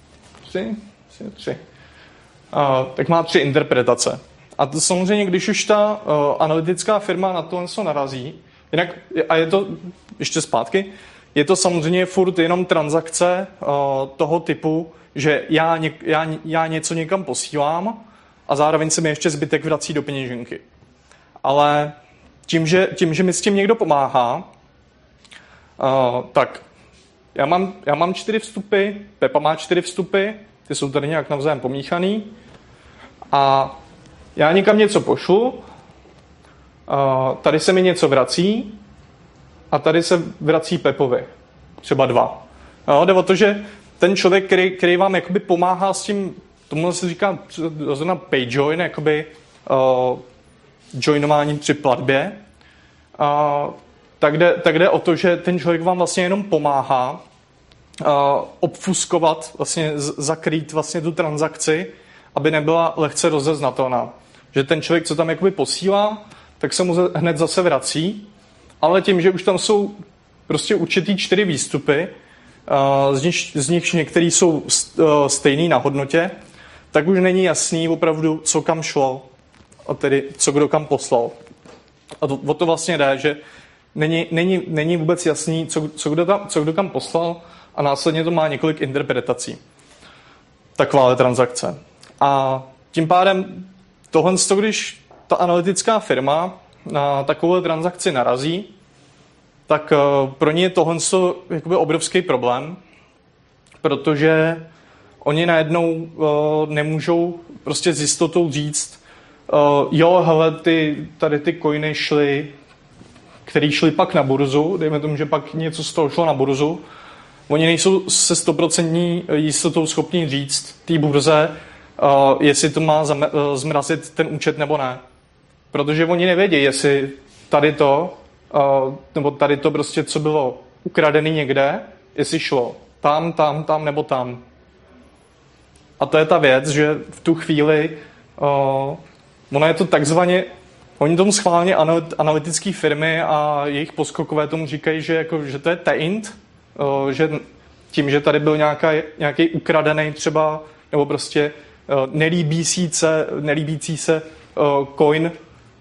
3. Tak má 3 interpretace. A to samozřejmě, když už ta analytická firma na to něco narazí, jinak, a je to ještě zpátky, je to samozřejmě furt jenom transakce toho typu, že já něco někam posílám a zároveň se mi ještě zbytek vrací do peněženky. Ale tím, že mi s tím někdo pomáhá, tak já mám 4 vstupy, Pepa má 4 vstupy, ty jsou tady nějak navzájem pomíchaný a já někam něco pošlu, tady se mi něco vrací a tady se vrací Pepovi, třeba 2. Jde o to, že ten člověk, který vám jakoby pomáhá s tím, tomu se říká zrovna payjoin, jakoby joinování při platbě, tak jde o to, že ten člověk vám vlastně jenom pomáhá obfuskovat, vlastně zakrýt vlastně tu transakci, aby nebyla lehce rozeznatelná. Že ten člověk, co tam jakoby posílá, tak se mu hned zase vrací, ale tím, že už tam jsou prostě určitý 4 výstupy, z nich některý jsou stejný na hodnotě, tak už není jasný opravdu, co kam šlo, a tedy co kdo kam poslal. A o to vlastně jde, že není vůbec jasný, co kdo kam poslal a následně to má několik interpretací. Takováhle transakce. A tím pádem tohle, když ta analytická firma na takovou transakci narazí, tak pro ně je tohle jakoby obrovský problém, protože oni najednou nemůžou prostě s jistotou říct, jo, hele, tady ty coiny které šly pak na burzu, dejme tomu, že pak něco z toho šlo na burzu, oni nejsou se 100% jistotou schopni říct té burze, jestli to má zmrazit ten účet nebo ne. Protože oni nevědí, jestli tady to, nebo tady to prostě, co bylo ukradené někde, jestli šlo tam nebo tam. A to je ta věc, že v tu chvíli ono je to takzvaně, oni tomu schválně analytické firmy a jejich poskokové tomu říkají, že to je taint, že tím, že tady byl nějaký ukradený třeba, nebo prostě nelíbící se coin,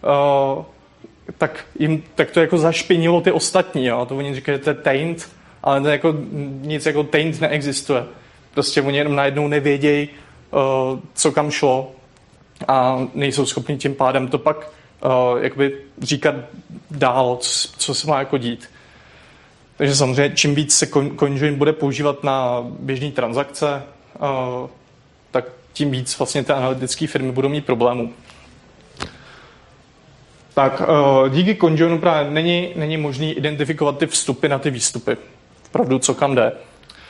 tak to jako zašpinilo ty ostatní. Jo? To oni říkají, že to je taint, ale to jako, nic jako taint neexistuje. Prostě oni jenom najednou nevědějí, co kam šlo a nejsou schopni tím pádem to pak jakoby říkat dál, co se má jako dít. Takže samozřejmě, čím víc se CoinJoin bude používat na běžné transakce, tak tím víc vlastně ty analytické firmy budou mít problémů. Tak díky CoinJoinu právě není možný identifikovat ty vstupy na ty výstupy. Vpravdu, co kam jde.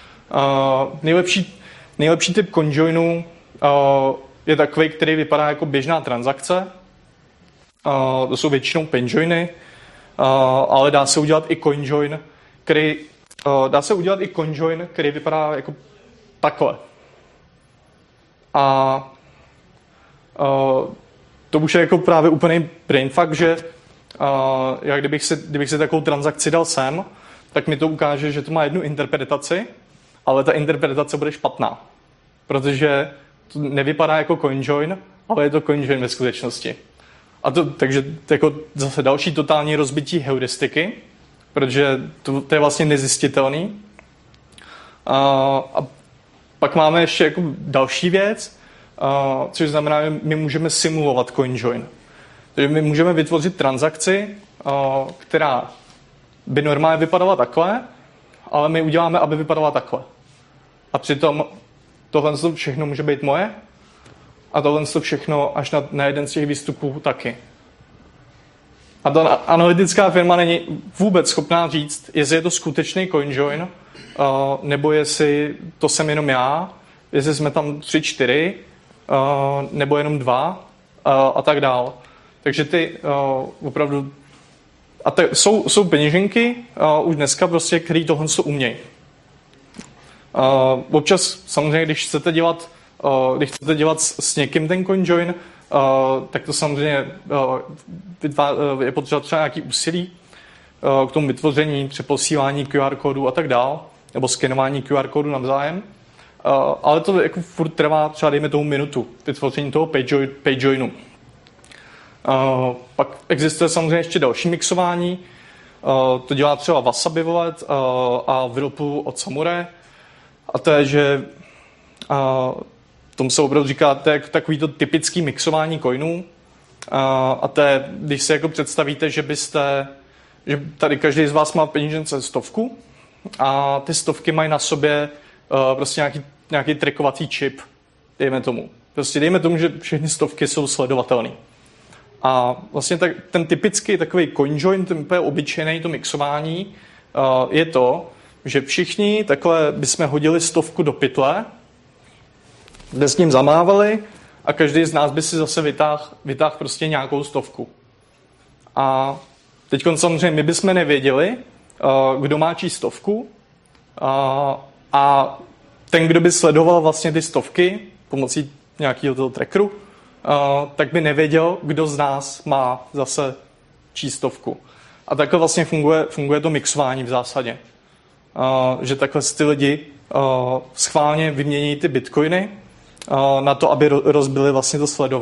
Nejlepší typ CoinJoinu je takový, který vypadá jako běžná transakce. To jsou většinou penjoiny, ale dá se udělat i CoinJoin, který vypadá jako takhle. A to už je jako právě úplný brainfuck, že já kdybych si takovou transakci dal sem, tak mi to ukáže, že to má jednu interpretaci, ale ta interpretace bude špatná. Protože to nevypadá jako CoinJoin, ale je to CoinJoin ve skutečnosti. Takže to jako zase další totální rozbití heuristiky, protože to je vlastně nezjistitelný. A pak máme ještě jako další věc, což znamená, že my můžeme simulovat CoinJoin. Takže my můžeme vytvořit transakci, která by normálně vypadala takhle, ale my uděláme, aby vypadala takhle. A přitom tohle všechno může být moje a tohle všechno až na jeden z těch výstupů taky. A ta analytická firma není vůbec schopná říct, jestli je to skutečný CoinJoin, nebo jestli to jsem jenom já, jestli jsme tam 3-4, nebo jenom 2 a tak dál. Takže ty opravdu... jsou peněženky už dneska prostě, který tohle umějí. Občas samozřejmě, když chcete dělat s někým ten CoinJoin, tak to samozřejmě je potřeba třeba nějaký úsilí k tomu vytvoření, přeposílání QR kódu a tak dál, nebo skenování QR kódu navzájem. Ale to jako furt trvá třeba dejme tomu minutu vytvoření toho PageJoinu. Pak existuje samozřejmě ještě další mixování. To dělá třeba Wasabi Wallet a Whirlpool od Samure. A to je, že tomu se opravdu říká, to je takovýto typický mixování coinů. A to je, když si jako představíte, že tady každý z vás má penížence 100 a ty 100 mají na sobě prostě nějaký trackovací čip, dejme tomu. Prostě dejme tomu, že všechny 100 jsou sledovatelné. A vlastně ten typický takový CoinJoin, ten úplně obyčejný, to mixování, je to, že všichni takhle bychom hodili 100 do pytle, kde s ním zamávali a každý z nás by si zase vytáhl prostě nějakou 100. A teď samozřejmě my bychom nevěděli, kdo má čí 100 a ten, kdo by sledoval vlastně ty 100 pomocí nějakého toho trackeru, tak by nevěděl, kdo z nás má zase čí 100. A takhle vlastně funguje to mixování v zásadě. Že takhle ty lidi schválně vymění ty bitcoiny na to, aby rozbili vlastně to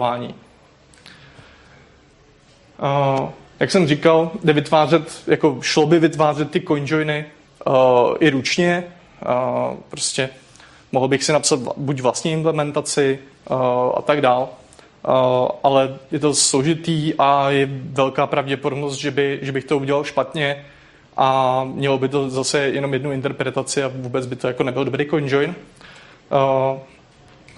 sledování. Jak jsem říkal, šlo by vytvářet ty CoinJoiny i ručně. Prostě mohl bych si napsat buď vlastní implementaci a tak dál. Ale je to složitý a je velká pravděpodobnost, že bych to udělal špatně a mělo by to zase jenom jednu interpretaci a vůbec by to jako nebyl dobrý CoinJoin.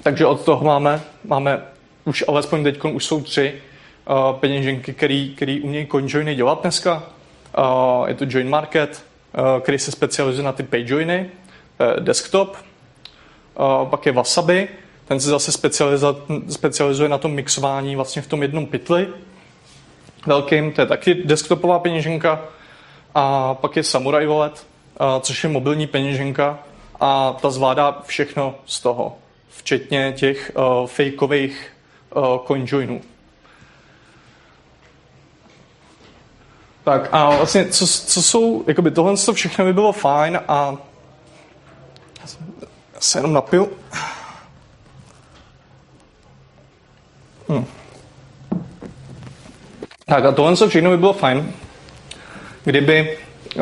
Takže od toho máme už alespoň teď už jsou 3 peněženky, který umějí CoinJoiny dělat dneska. Je to Join Market, který se specializuje na ty PayJoiny, desktop. Pak je Wasabi, ten se zase specializuje na tom mixování vlastně v tom jednom pytli velkým, to je taky desktopová peněženka. A pak je Samurai Wallet, což je mobilní peněženka a ta zvládá všechno z toho, včetně těch fakeových CoinJoinů. Tak a vlastně, co jsou, jakoby tohle všechno by bylo fajn a já se jenom napiju. Tak a tohle všechno by bylo fajn, kdyby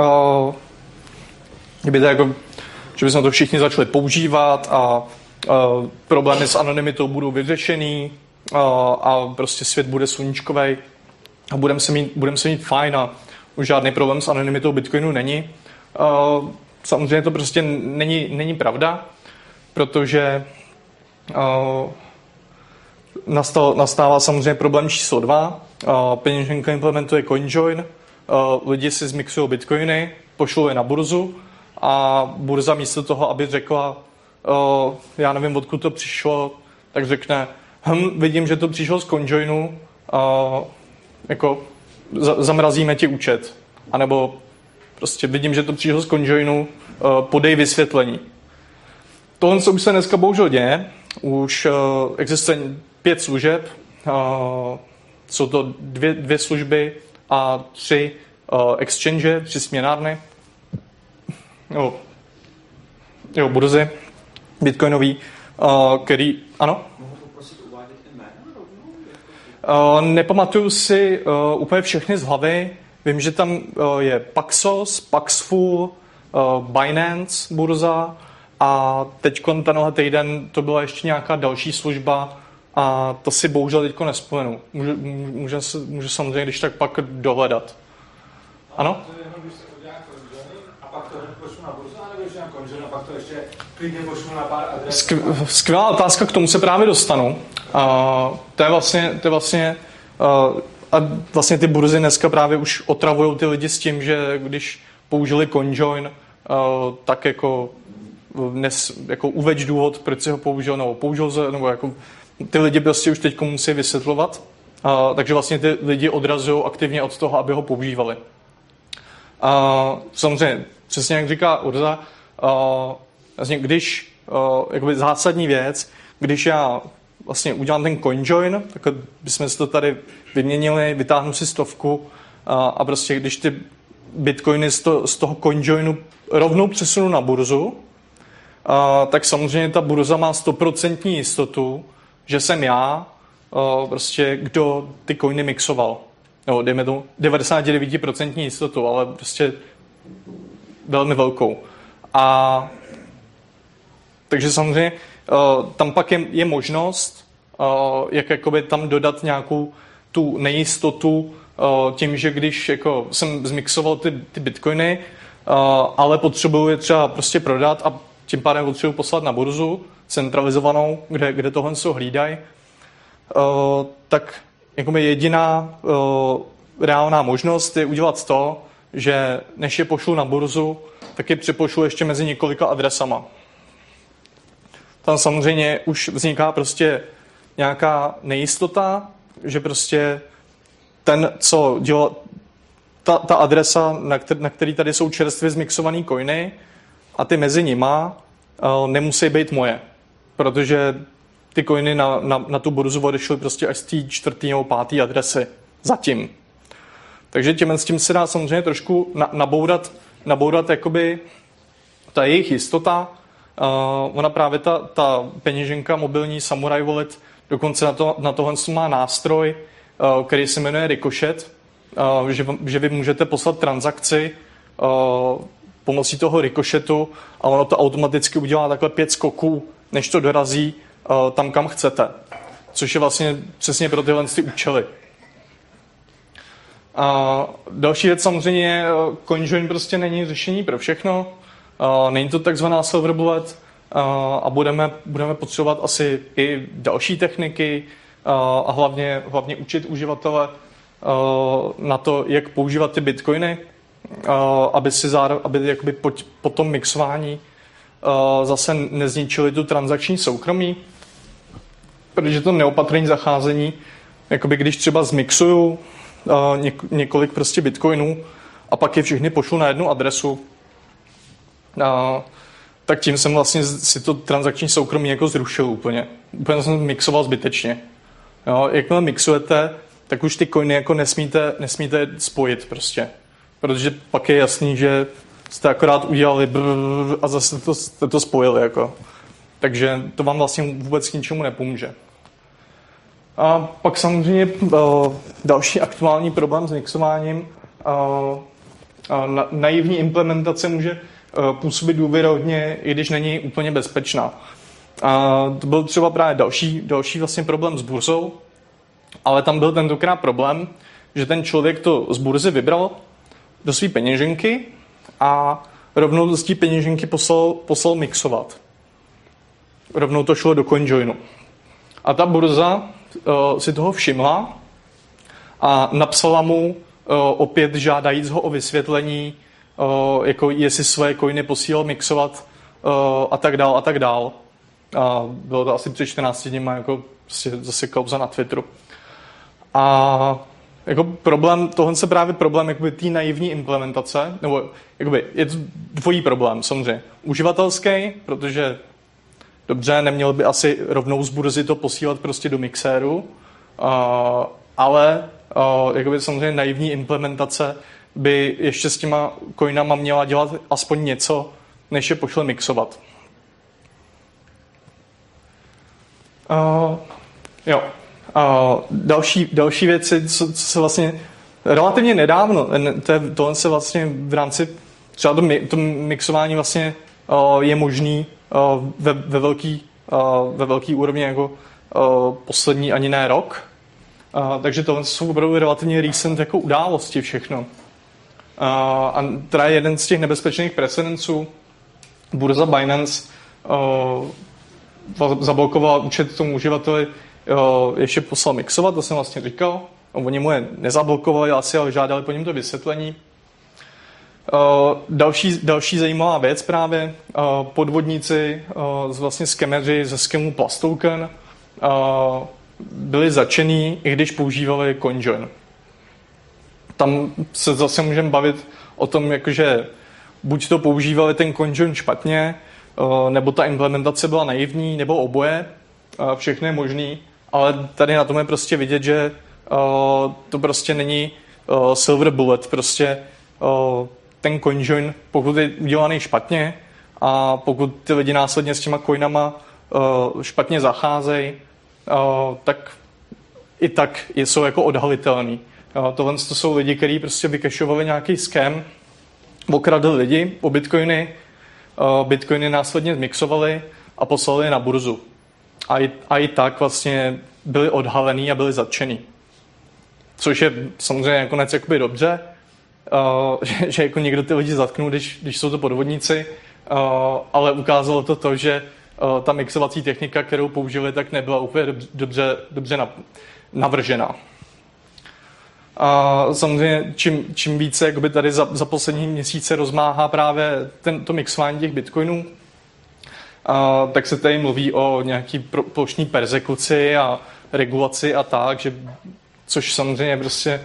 to jako, že bychom to všichni začali používat a problémy s anonymitou budou vyřešený a prostě svět bude sluníčkovej a budeme se mít fajn a už žádný problém s anonymitou Bitcoinu není. Samozřejmě to prostě není pravda, protože nastává samozřejmě problém číslo 2. Peněženka implementuje CoinJoin, lidi si zmixují bitcoiny, pošlou je na burzu a burza místo toho, aby řekla, já nevím, odkud to přišlo, tak řekne, vidím, že to přišlo z CoinJoinu, jako zamrazíme ti účet. A nebo prostě vidím, že to přišlo z CoinJoinu, podej vysvětlení. Tohle, co už se dneska bohužel děje, už existuje 5 služeb, jsou to 2 služby a 3 exchange, 3 směnárny, burzy bitcoinový, který, ano? Mohu poprosit uvádět jména rovnou? Nepamatuju si úplně všechny z hlavy. Vím, že tam je Paxos, Paxful, Binance burza a teď tenhle týden to byla ještě nějaká další služba a to si bohužel teďko nespomenu. Můžu samozřejmě když tak pak dohledat. Ano? To je jenom, když se udělá CoinJoin a pak to pošlu na burzu, anebo když udělám CoinJoin a pak to ještě klidně pošlu na pár adres. Skvělá otázka, k tomu se právě dostanu. To je vlastně a vlastně ty burzy dneska právě už otravují ty lidi s tím, že když použili CoinJoin, tak jako uveď důvod, proč si ho použil, nebo jako ty lidi prostě už teď musí vysvětlovat, takže vlastně ty lidi odrazují aktivně od toho, aby ho používali. Samozřejmě, přesně jak říká Urza, vlastně když, jakoby zásadní věc, když já vlastně udělám ten CoinJoin, tak bychom si to tady vyměnili, vytáhnu si 100 a prostě když ty bitcoiny z toho CoinJoinu rovnou přesunu na burzu, tak samozřejmě ta burza má 100% jistotu, že jsem já, prostě kdo ty coiny mixoval. No, dejme tomu 99% jistotu, ale prostě velmi velkou. Takže samozřejmě tam pak je možnost, jak jakoby tam dodat nějakou tu nejistotu tím, že když jako jsem zmixoval ty bitcoiny, ale potřebuju je třeba prostě prodat a tím pádem potřebuji poslat na burzu centralizovanou, kde tohle se hlídají, tak jakoby jediná reálná možnost je udělat to, že než je pošlu na burzu, tak je přepošlu ještě mezi několika adresama. Tam samozřejmě už vzniká prostě nějaká nejistota, že prostě ten, co dělá ta adresa, na který tady jsou čerstvě zmixovaný coiny a ty mezi nima nemusí být moje, protože ty coiny na tu burzu odešly prostě až z té 4. nebo 5. adresy zatím. Takže s tím se dá samozřejmě trošku nabourat jakoby ta jejich jistota. Ona právě ta peněženka mobilní Samurai Wallet dokonce na tohle má nástroj, který se jmenuje Ricochet, že vy můžete poslat transakci pomocí toho Ricochetu a ono to automaticky udělá takhle 5 skoků, než to dorazí tam, kam chcete. Což je vlastně přesně pro tyhle účely. Další věc samozřejmě, CoinJoin prostě není řešení pro všechno. Není to takzvaná silver bullet. a budeme potřebovat asi i další techniky a hlavně učit uživatele na to, jak používat ty bitcoiny, aby jakoby po tom mixování zase nezničili tu transakční soukromí, protože to neopatrné zacházení, jakoby když třeba zmixuju několik prostě bitcoinů a pak je všechny pošlu na jednu adresu, tak tím jsem vlastně si to transakční soukromí jako zrušil úplně. Úplně jsem mixoval zbytečně. Jo, jakmile mixujete, tak už ty coiny jako nesmíte spojit prostě. Protože pak je jasný, že jste akorát udělali a zase jste to spojili. Jako. Takže to vám vlastně vůbec k ničemu nepomůže. A pak samozřejmě další aktuální problém s mixováním. Naivní implementace může působit důvěryhodně, i když není úplně bezpečná. A to byl třeba právě další vlastně problém s burzou, ale tam byl tentokrát problém, že ten člověk to z burzy vybral do své peněženky a rovnou z té peněženky poslal mixovat. Rovnou to šlo do CoinJoinu. A ta burza si toho všimla a napsala mu opět žádajíc ho o vysvětlení, jako jestli své coiny posílal mixovat a tak dál a tak dál. A bylo to asi před 14 dní, jako zase kauza na Twitteru. A jako tohle se právě problém jakoby té naivní implementace, nebo jakoby je to dvojí problém samozřejmě. Uživatelský, protože dobře, neměl by asi rovnou z burzy to posílat prostě do mixéru, ale jakoby samozřejmě naivní implementace by ještě s těma coinama měla dělat aspoň něco, než je pošle mixovat. Další věci, co se vlastně relativně nedávno, tohle se vlastně v rámci třeba to mixování vlastně je možný ve velký úrovni jako poslední ani ne rok. Takže tohle jsou opravdu relativně recent jako události všechno. A teda jeden z těch nebezpečných precedenců, burza Binance zablokovala účet tomu uživateli, ještě poslal mixovat, to jsem vlastně říkal. Oni mu je nezablokovali asi, ale žádali po něm to vysvětlení. Další zajímavá věc právě, podvodníci, vlastně skemeři ze skemu Plustoken byli zatčení, i když používali CoinJoin. Tam se zase můžeme bavit o tom, jakože buď to používali ten CoinJoin špatně, nebo ta implementace byla naivní, nebo oboje, všechno je možný, ale tady na tom je prostě vidět, že to prostě není silver bullet, prostě ten CoinJoin, pokud je udělaný špatně a pokud ty lidi následně s těma coinama špatně zacházejí, tak i tak jsou jako odhalitelný. Tohle to jsou lidi, kteří prostě vykešovali nějaký scam, okradli lidi o bitcoiny, bitcoiny následně mixovali a poslali na burzu. A i tak vlastně byli odhalený a byli zatčený. Což je samozřejmě nakonec jakoby dobře, že jako někdo ty lidi zatknul, když jsou to podvodníci, ale ukázalo to, že ta mixovací technika, kterou použili, tak nebyla úplně dobře navržená. A samozřejmě čím více jakoby tady za poslední měsíce rozmáhá právě to mixování těch bitcoinů, tak se tady mluví o nějaký plošní perzekuci a regulaci a tak, což samozřejmě prostě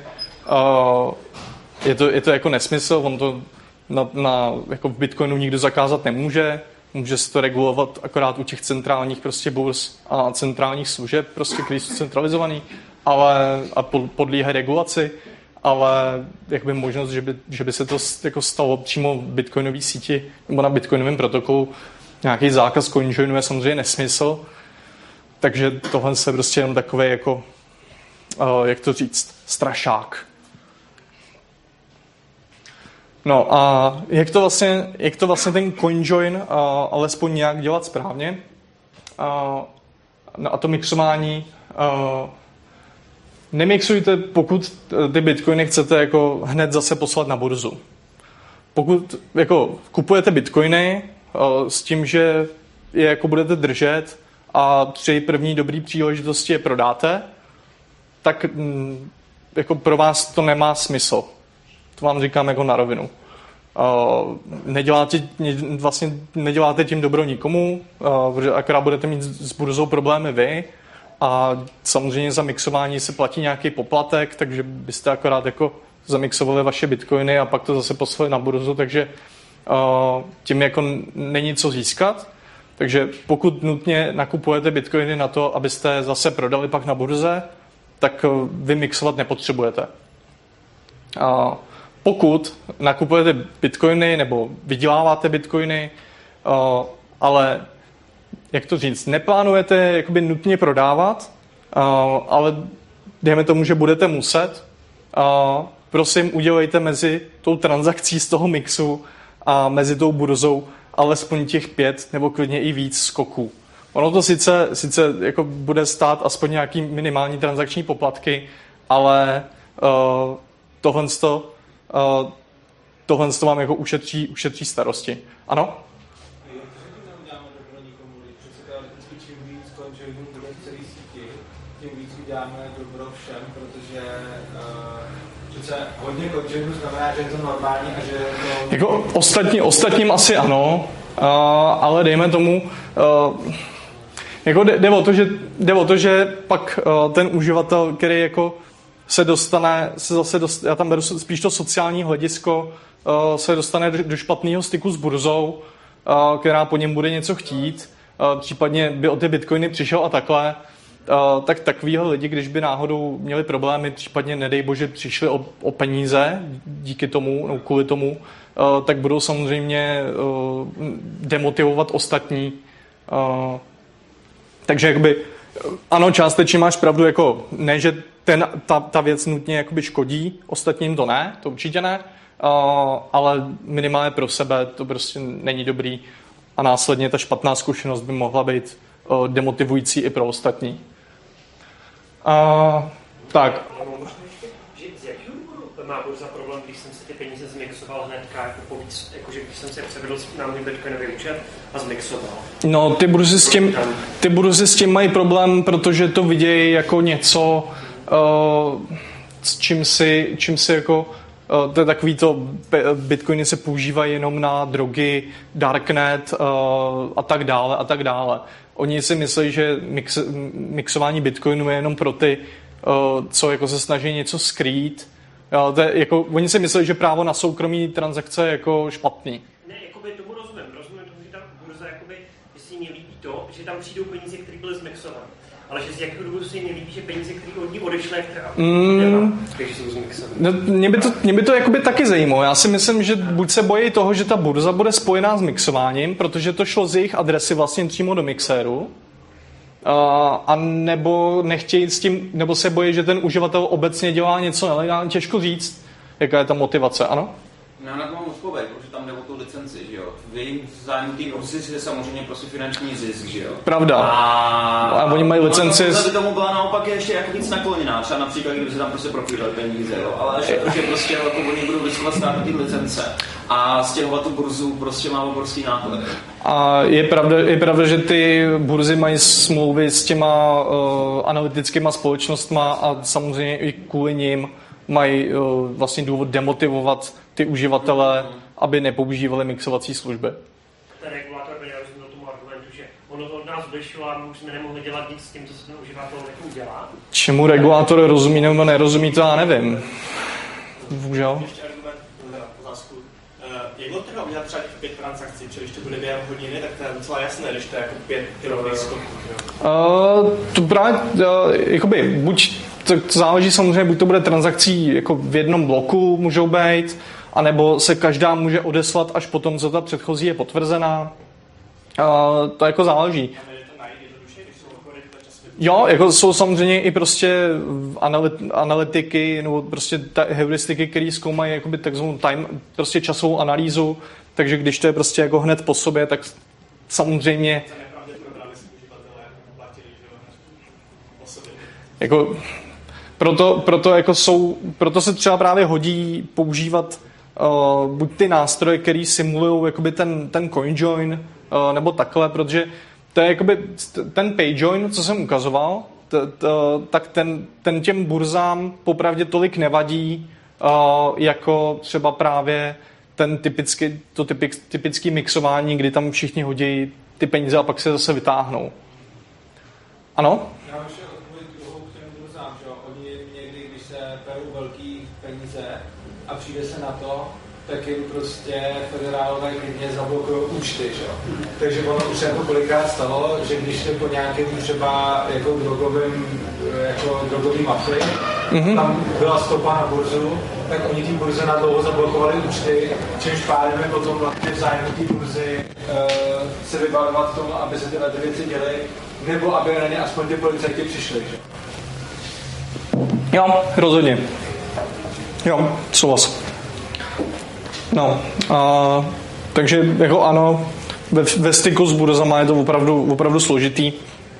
je to jako nesmysl, on to jako v Bitcoinu nikdo zakázat nemůže, může se to regulovat akorát u těch centrálních prostě burz a centrálních služeb, prostě, které jsou centralizovaný, a podlíhají regulaci, ale jakoby možnost, že by se to jako stalo přímo v bitcoinové síti nebo na bitcoinovém protokolu, nějaký zákaz CoinJoinu je samozřejmě nesmysl, takže tohle se prostě jenom takové jako, jak to říct, strašák. No a jak to vlastně ten CoinJoin alespoň nějak dělat správně? No a to mixování nemixujte, pokud ty bitcoiny chcete jako hned zase poslat na burzu. Pokud jako kupujete bitcoiny s tím, že je jako budete držet a při první dobrý příležitosti je prodáte, tak jako pro vás to nemá smysl. To vám říkám jako na rovinu. Neděláte tím dobro nikomu, protože akorát budete mít s burzou problémy vy a samozřejmě za mixování se platí nějaký poplatek, takže byste akorát jako zamixovali vaše bitcoiny a pak to zase poslali na burzu, takže tím jako není co získat. Takže pokud nutně nakupujete bitcoiny na to, abyste zase prodali pak na burze, tak vy mixovat nepotřebujete. Pokud nakupujete bitcoiny nebo vyděláváte bitcoiny, ale jak to říct, neplánujete jakoby nutně prodávat, ale dejme tomu, že budete muset, prosím udělejte mezi tou transakcí z toho mixu a mezi tou burzou alespoň těch 5 nebo klidně i víc skoků. Ono to sice jako bude stát aspoň nějaký minimální transakční poplatky, ale tohle vám jako ušetří starosti. Ano? Tím víc uděláme dobro všem, protože přece hodně conjoinů znamená, že je to normální a že to... Jako ostatním asi ano, ale dejme tomu, jako jde o to, že pak ten uživatel, který jako se zase já tam beru spíš to sociální hledisko, se dostane do špatného styku s burzou, která po něm bude něco chtít, případně by o ty bitcoiny přišel a takhle, tak takovýhle lidi, když by náhodou měli problémy, případně nedej bože přišli o peníze díky tomu, no kvůli tomu, tak budou samozřejmě demotivovat ostatní. Takže jakoby, ano, částečně máš pravdu, jako ne, že ta věc nutně jakoby škodí, ostatním to ne, to určitě ne, ale minimálně pro sebe to prostě není dobrý a následně ta špatná zkušenost by mohla být demotivující i pro ostatní. Tak. Z jakého důvodu má burza problém, když jsem si ty peníze zmixoval hnedka, jakože když jsem si převedl na můj bitcoinový účet a zmixoval? No, ty burzy s tím mají problém, protože to vidějí jako něco, s čím si jako to je takový to, bitcoiny se používají jenom na drogy, darknet a tak dále. Oni si myslí, že mixování bitcoinu je jenom pro ty, co jako se snaží něco skrýt. To je jako, oni si myslí, že právo na soukromí transakce je jako špatný. Ne, jakoby tomu rozumím tomu, že ta burza, jakoby, že si mi líbí to, že tam přijdou peníze, které byly zmixované. Ale že z jakého důvodu si nelíbí, že peníze, které od ní odešly, takže jsou zmixované. No, mě by to jakoby taky zajímalo. Já si myslím, že buď se bojí toho, že ta burza bude spojená s mixováním, protože to šlo z jejich adresy vlastně přímo do mixéru, a nebo nechtějí s tím, nebo se bojí, že ten uživatel obecně dělá něco nelegálně. Těžko říct, jaká je ta motivace, ano? Já na to mám odpověď, protože tam jde o tu licenci, že jo. V jejím zájmu té burzy je samozřejmě prostě finanční zisk, že jo. Pravda. A oni mají licenci... No, by tomu byla naopak ještě jako víc nakloněná, třeba například, kdyby se tam prostě propídali peníze, jo. Ale až protože prostě jako oni budou riskovat stát ty licence a stěhovat tu burzu prostě má obrovský náklad. A je pravda, že ty burzy mají smlouvy s těma analytickýma společnostma a samozřejmě i kvůli nim mají vlastně důvod demotivovat ty uživatele, aby nepoužívali mixovací služby. Ten regulátor by nerozuměl tomu argumentu, že ono to od nás odešlo a my už jsme nemohli dělat nic s tím, co se ten uživatel udělá. Čemu regulátor rozumí nebo nerozumí, to já nevím. Bohužel. Ještě argument na otázku. Jak dlouho trvá udělat třeba 5 transakcí, protože když to bude během hodiny, tak to je docela jasné, když to je jako 5 kilových skoků. To právě, jakoby, buď to záleží samozřejmě, buď to bude transakcí jako v jednom bloku můžou být, anebo se každá může odeslat až potom, co ta předchozí je potvrzená. To jako záleží. Jo, jako jsou samozřejmě i prostě analytiky nebo prostě heuristiky, které zkoumají jakoby takzvanou prostě časovou analýzu, takže když to je prostě jako hned po sobě, tak samozřejmě jako proto se třeba právě hodí používat buď ty nástroje, které simulují jakoby ten CoinJoin, nebo takhle, protože to je jakoby ten PayJoin, co jsem ukazoval, tak ten těm burzám popravdě tolik nevadí, jako třeba právě ten typický mixování, kdy tam všichni hodí ty peníze a pak se zase vytáhnou. Ano? Já mám ještě odpověď druhou k těm burzám, že jo? Oni někdy, když se perou velký peníze a přijde se na to, tak jim prostě federálové klidně zablokují účty, že jo? Takže ono už se jako kolikrát stalo, že když jste po nějakém třeba jako drogový mafii, tam byla stopa na burzu, tak oni ty burze na dlouho zablokovali účty, čímž pádem je potom vlastně v zájmu té burzy se vyvarovat tomu, aby se tyhle věci děly, nebo aby na ně aspoň ty policajti přišli, že? Jo, rozhodně. Jo, souhlas. No, takže jako ano, ve styku s burzama je to opravdu složitý.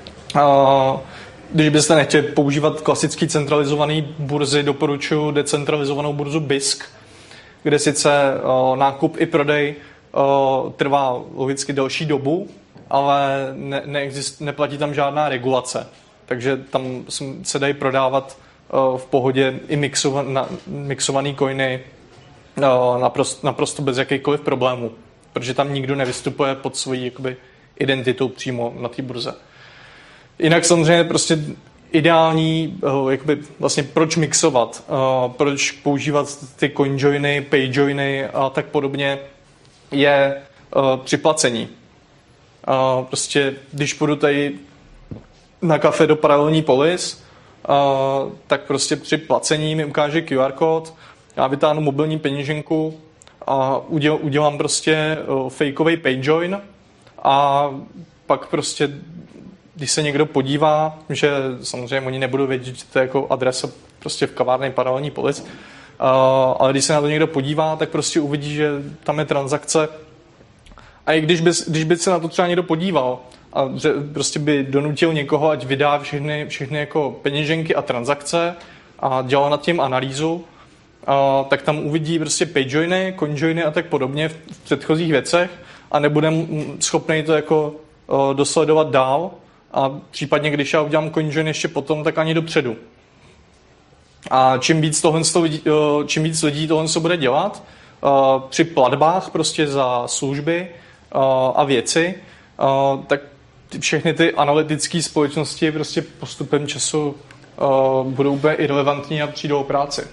Když byste nechtěli používat klasický centralizovaný burzy, doporučuji decentralizovanou burzu BISC, kde sice nákup i prodej trvá logicky delší dobu, ale neplatí tam žádná regulace. Takže tam se dají prodávat v pohodě i mixované coiny naprosto bez jakýchkoliv problémů, protože tam nikdo nevystupuje pod svojí jakoby identitou přímo na té burze. Jinak samozřejmě prostě ideální, jakoby vlastně proč mixovat, proč používat ty CoinJoiny, PayJoiny a tak podobně, je připlacení. Prostě když půjdu tady na kafe do Paralelní Polis, tak prostě při placení mi ukáže QR kód, já vytáhnu mobilní peněženku a udělám prostě fakeový PayJoin a pak prostě, když se někdo podívá, že samozřejmě oni nebudou vědět, že to je jako adresa prostě v kavárně Paralelní Polis, ale když se na to někdo podívá, tak prostě uvidí, že tam je transakce. A i když by se na to třeba někdo podíval a že prostě by donutil někoho, ať vydá všechny jako peněženky a transakce a dělal nad tím analýzu, tak tam uvidí prostě PayJoiny, CoinJoiny a tak podobně v předchozích věcech a nebude schopný to jako dosledovat dál a případně, když já udělám CoinJoin ještě potom, tak ani dopředu. A čím víc lidí tohle bude dělat, při platbách prostě za služby a věci, tak všechny ty analytické společnosti prostě postupem času budou úplně irrelevantní a přijdou o práci.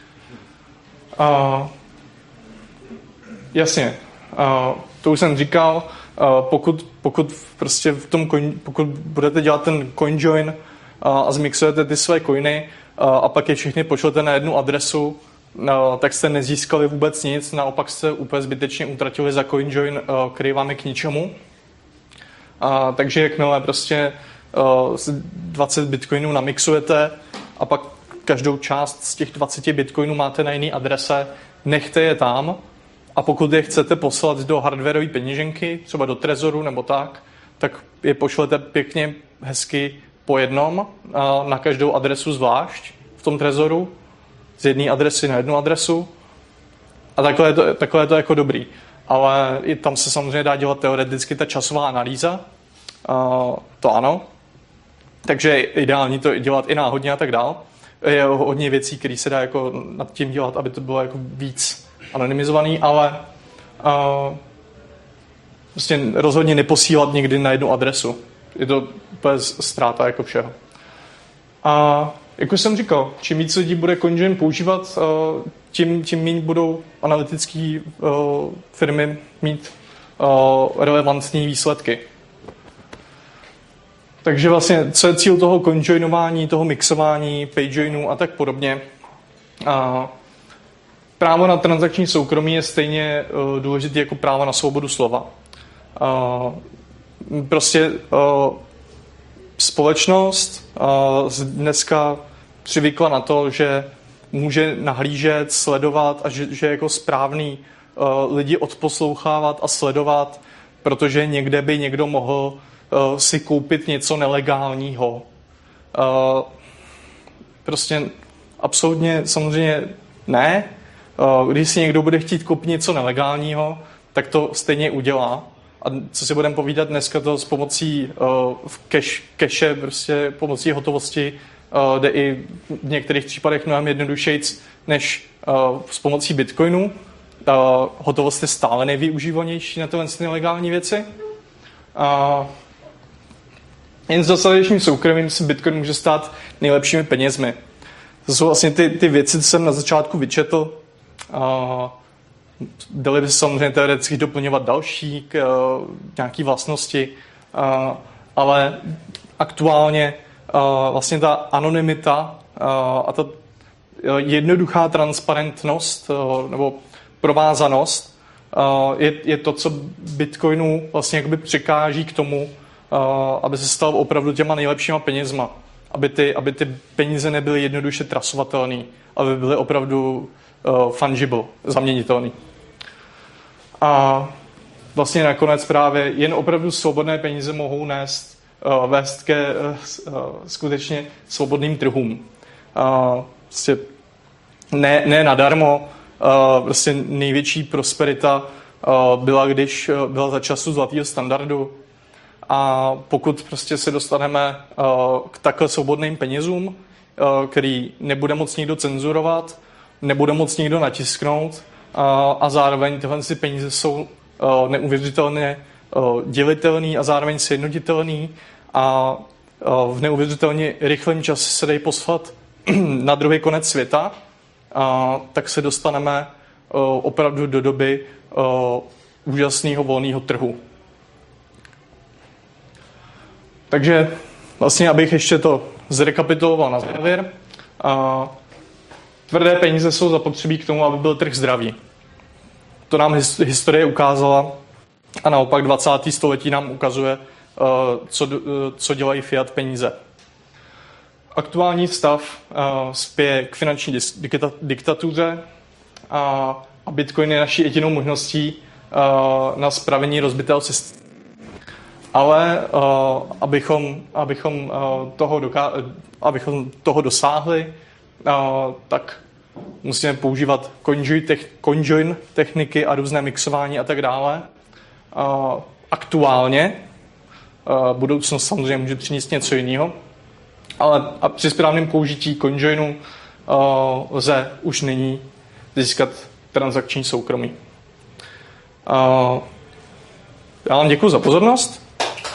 Jasně, to už jsem říkal, pokud prostě pokud budete dělat ten CoinJoin a zmixujete ty své coiny a pak je všechny pošlete na jednu adresu, tak jste nezískali vůbec nic, naopak jste úplně zbytečně utratili za CoinJoin, který vám je k ničemu. Takže jakmile prostě 20 bitcoinů namixujete a pak každou část z těch 20 bitcoinů máte na jiné adrese, nechte je tam a pokud je chcete poslat do hardwareové peněženky, třeba do Trezoru nebo tak je pošlete pěkně hezky po jednom na každou adresu zvlášť v tom Trezoru, z jedné adresy na jednu adresu a takhle je to jako dobrý. Ale i tam se samozřejmě dá dělat teoreticky ta časová analýza, to ano, takže je ideální to dělat i náhodně a tak dál. Je hodně věcí, které se dá jako nad tím dělat, aby to bylo jako víc anonymizovaný, ale prostě rozhodně neposílat nikdy na jednu adresu. Je to úplně ztráta jako všeho. A jak už jsem říkal, čím víc lidí bude CoinJoin používat, tím méně budou analytické firmy mít relevantní výsledky. Takže vlastně, co je cíl toho CoinJoinování, toho mixování, PayJoinů a tak podobně. Právo na transakční soukromí je stejně důležité jako právo na svobodu slova. Prostě společnost dneska přivykla na to, že může nahlížet, sledovat a že jako správný lidi odposlouchávat a sledovat, protože někde by někdo mohl si koupit něco nelegálního. Prostě absolutně samozřejmě ne. Když si někdo bude chtít koupit něco nelegálního, tak to stejně udělá A co si budeme povídat, dneska to s pomocí cache, prostě pomocí hotovosti jde i v některých případech mnohem jednodušejc než s pomocí Bitcoinu. Hotovost je stále nejvyužívanější na tyhle nelegální věci. Jen s dostatečným soukromím si Bitcoin může stát nejlepšími penězmi. To jsou vlastně ty věci, co jsem na začátku vyčetl. Dali by se samozřejmě teoreticky doplňovat další nějaké vlastnosti, ale aktuálně vlastně ta anonymita a ta jednoduchá transparentnost nebo provázanost je to, co Bitcoinu vlastně jakoby překáží k tomu, aby se stal opravdu těma nejlepšíma penězma. Aby ty peníze nebyly jednoduše trasovatelné, aby byly opravdu fungible, zaměnitelný. A vlastně nakonec právě jen opravdu svobodné peníze mohou vést ke skutečně svobodným trhům. Prostě ne nadarmo, prostě největší prosperita když byla za času zlatého standardu. A pokud prostě se dostaneme k takhle svobodným penězům, který nebude moc nikdo cenzurovat, nebude moc nikdo natisknout a zároveň tyhle peníze jsou neuvěřitelně dělitelný a zároveň sjednotitelný a v neuvěřitelně rychlém čase se dají poslat na druhý konec světa, tak se dostaneme opravdu do doby úžasného volného trhu. Takže vlastně, abych ještě to zrekapituloval na závěr, tvrdé peníze jsou zapotřebí k tomu, aby byl trh zdravý. To nám historie ukázala a naopak 20. století nám ukazuje, co dělají fiat peníze. Aktuální stav spěje k finanční diktatuře a Bitcoin je naší jedinou možností na spravení rozbitého systému. Ale abychom toho dosáhli, tak musíme používat conjoin techniky a různé mixování a tak dále. Aktuálně budoucnost samozřejmě může přinést něco jiného, ale při správném použití conjoinu lze už nyní získat transakční soukromí. Já vám děkuji za pozornost.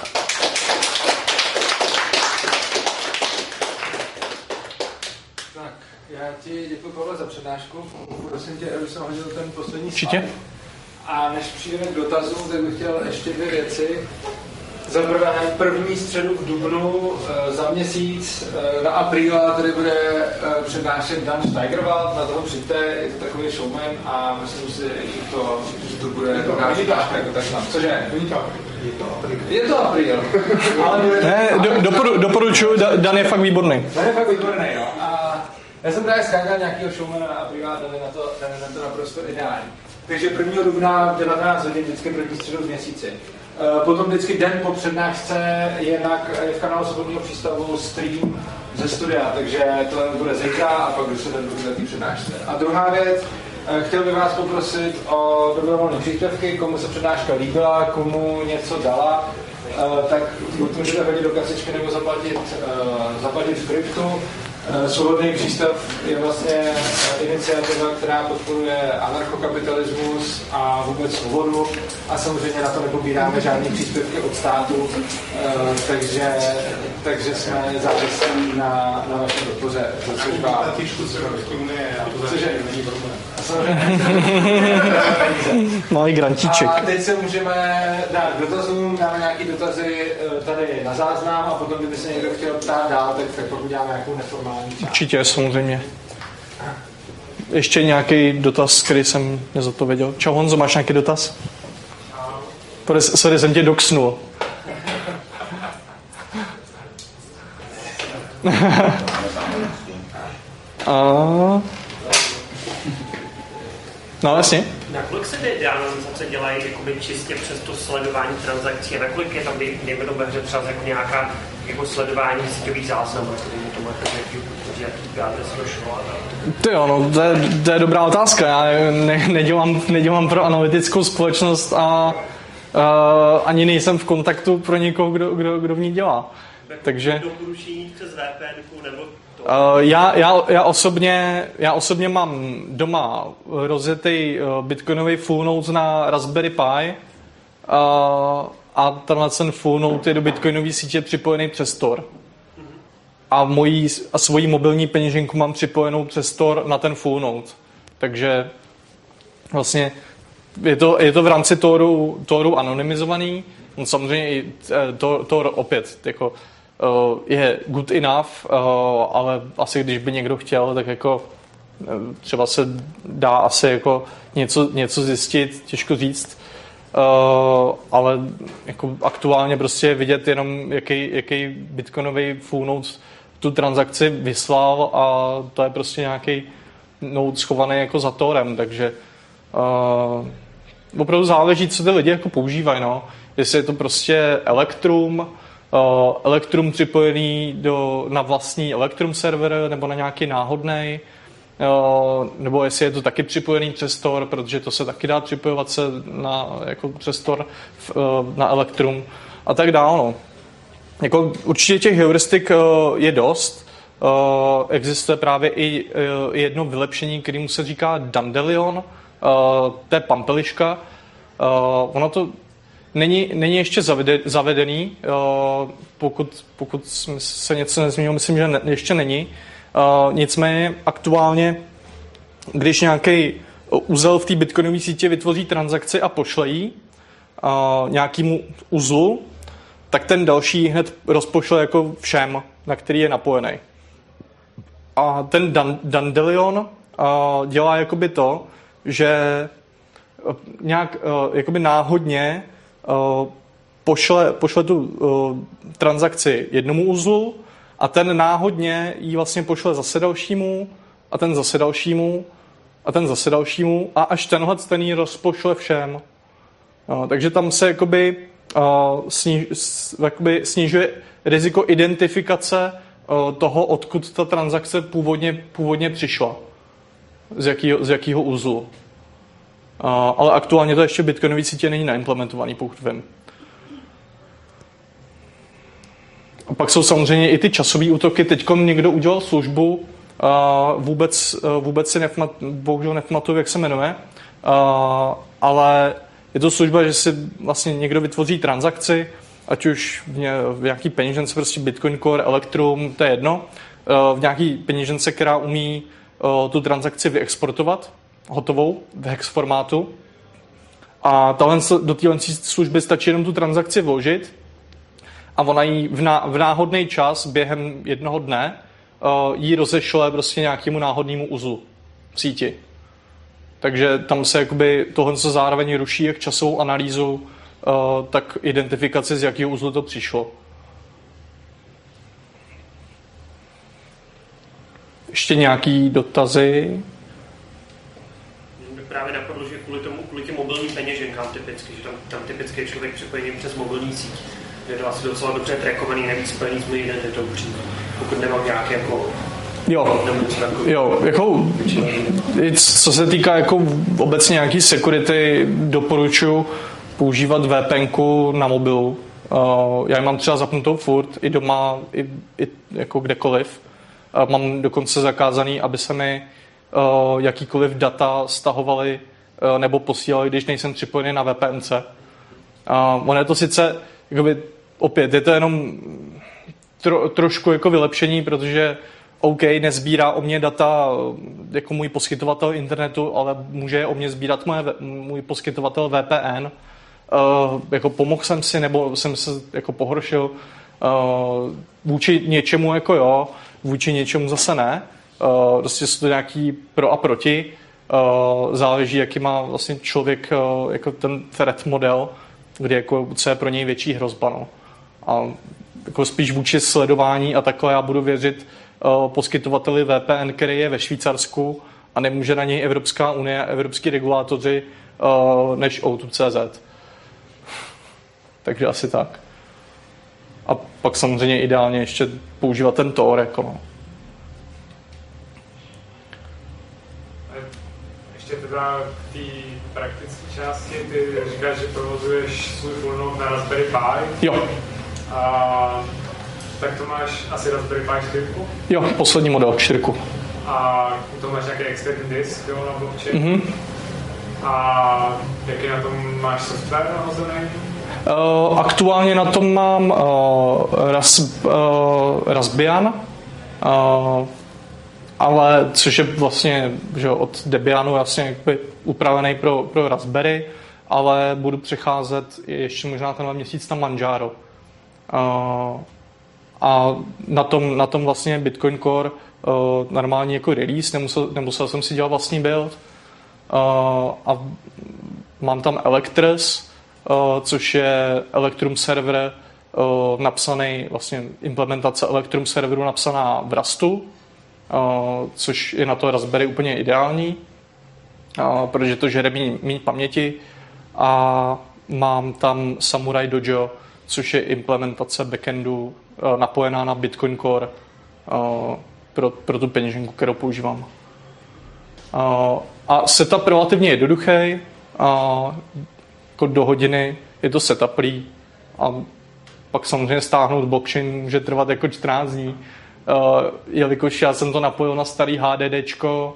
Tak, já ti děkuji, Pavle, za přednášku. Prosím tě, abych jsem hodil ten poslední Určitě. slide. A než přijdeme k dotazům, tak bych chtěl ještě 2 věci. Za prvé, první středu v dubnu za měsíc na apríla tady bude přednášet Dan Steigerwald, na toho přijďte, je to takový showman a myslím si, že to bude dobrá přednáška jako takhle. Cože? Je to apríl. Ale Doporučuji, Dan je fakt výborný. Dan je fakt výborný, jo. A já jsem právě scháněl nějakého showmana na apríla a dali na to naprosto ideální. Takže 1. dubna v 19 hodin vždycky první středu v měsíci. Potom vždycky den po přednášce je v kanálu Svobodného přístavu stream ze studia, takže to bude zítra a pak už se den bude té přednášce. A druhá věc, chtěl bych vás poprosit o dobrovolné příspěvky, komu se přednáška líbila, komu něco dala, tak buď můžete hodit do kasičky nebo zaplatit v kryptu. Svobodný přístav je vlastně iniciativa, která podporuje anarchokapitalismus a vůbec svobodu a samozřejmě na to nepobíráme žádné příspěvky od státu, takže jsme závislí na vaší podpoře. Malý grantíček. A teď se můžeme dát dotazům, dáme nějaký dotazy tady na záznam a potom, kdyby se někdo chtěl ptát dál, tak pokud děláme nějakou neformální část. Určitě, samozřejmě. Ještě nějaký dotaz, který jsem nezodpověděl. Čau Honzo, máš nějaký dotaz? Sorry, jsem tě doksnul. No, jasně. Nakolik se deanonymizace dělají jakoby čistě přes to sledování transakcí a nakolik je tam, dejme tomu hře třeba jako nějaká jako sledování síťových záznamů, který to máte protože dáte se do škola? Ty jo, no, to je dobrá otázka. Já nedělám pro analytickou společnost a ani nejsem v kontaktu pro někoho, kdo v ní dělá. Takže doporučení přes VPN nebo to? Já osobně mám doma rozjetý bitcoinový full node na Raspberry Pi a tenhle ten full node je do bitcoinové sítě připojený přes Tor. A svoji mobilní peněženku mám připojenou přes Tor na ten full node. Takže vlastně je to v rámci Toru anonymizovaný. On samozřejmě i Tor opět jako je good enough, ale asi když by někdo chtěl, tak jako třeba se dá asi jako něco zjistit, těžko říct, ale jako aktuálně prostě je vidět jenom, jaký bitcoinový full node tu transakci vyslal a to je prostě nějaký node schovaný jako za Torem, takže opravdu záleží, co ty lidi jako používají, no. Jestli je to prostě Electrum připojený na vlastní Electrum server nebo na nějaký náhodnej, nebo jestli je to taky připojený přes Tor, protože to se taky dá připojovat se jako přes Tor na Electrum a tak dále. No. Jako určitě těch heuristik je dost. Existuje právě i jedno vylepšení, kterému se říká Dandelion, to je pampeliška. Ono to není ještě zavedený, pokud se něco nezměnilo, myslím, že ještě není. Nicméně aktuálně, když nějaký uzel v té bitcoinové sítě vytvoří transakci a pošle ji nějakému uzlu, tak ten další hned rozpošle jako všem, na který je napojený. A ten Dandelion dělá jakoby to, že nějak jakoby náhodně pošle tu transakci jednomu uzlu a ten náhodně ji vlastně pošle zase dalšímu a ten zase dalšímu a ten zase dalšímu a až tenhle ten ji rozpošle všem. Takže tam se jakoby snižuje riziko identifikace toho, odkud ta transakce původně přišla. Z jakého uzlu. Ale aktuálně to ještě v bitcoinové sítě není naimplementovaný, pokud vím. A pak jsou samozřejmě i ty časové útoky. Teďkom někdo udělal službu, vůbec si bohužel nepamatuju, jak se jmenuje, ale je to služba, že si vlastně někdo vytvoří transakci, ať už v nějaký peněžence, prostě Bitcoin Core, Electrum, to je jedno, v nějaký peněžence, která umí tu transakci vyexportovat, hotovou, v hex formátu. A do téhle služby stačí jenom tu transakci vložit a ona jí v náhodný čas během jednoho dne jí rozešle prostě nějakému náhodnému uzlu v síti. Takže tam se jakoby tohle zároveň ruší jak časovou analýzu, tak identifikaci, z jakého uzlu to přišlo. Ještě nějaký dotazy? Mě právě napadlo, že kvůli těm mobilním peněženkám typicky, že tam typicky je člověk připojený přes mobilní síť. Je to asi docela dobře trackovaný, navíc spojený s mojí identitou přímo. Pokud nemám nějaké jako... Jo, jako, co se týká jako obecně nějaký security, doporučuji používat VPNku na mobilu. Já ji mám třeba zapnutou furt, i doma, i jako kdekoliv. Mám dokonce zakázaný, aby se mi jakýkoliv data stahovaly nebo posílali, když nejsem připojený na VPNC. Ono je to sice, jakoby, opět, je to jenom trošku jako vylepšení, protože OK, nezbírá o mě data jako můj poskytovatel internetu, ale může o mě sbírat můj poskytovatel VPN. Jako pomohl jsem si, nebo jsem se jako pohoršil vůči něčemu jako jo, vůči něčemu zase ne. Prostě jsou to nějaký pro a proti. Záleží, jaký má vlastně člověk jako ten threat model, kdy jako, co je pro něj větší hrozba. No. A jako spíš vůči sledování a takhle já budu věřit poskytovateli VPN, který je ve Švýcarsku a nemůže na něj Evropská unie a evropský regulátoři než O2.cz. Takže asi tak. A pak samozřejmě ideálně ještě používat ten Tor. Jako no. Ještě teda k té praktické části, ty říkáš, že provozuješ svůj full node na Raspberry Pi. Jo. A tak to máš asi Raspberry Pi 4? Jo, poslední model 4. A u toho máš nějaký externí disk, jo, na blockchain. A jaký na tom máš software nahozený? Aktuálně na tom mám Raspbian, ale což je vlastně že od Debianu vlastně jakby upravený pro Raspberry, ale budu přecházet ještě možná tenhle měsíc na Manjaro. A na tom vlastně Bitcoin Core normálně jako release, nemusel jsem si dělat vlastní build. A mám tam Electrs, což je Electrum server napsaný, vlastně implementace Electrum serveru napsaná v Rustu, což je na to Raspberry úplně ideální, protože to žere méně paměti. A mám tam Samurai Dojo, což je implementace backendu napojená na Bitcoin Core pro tu peněženku, kterou používám. A setup relativně jednoduchý, jako do hodiny je to setuplý a pak samozřejmě stáhnout blockchain může trvat jako 14 dní, jelikož já jsem to napojil na starý HDDčko,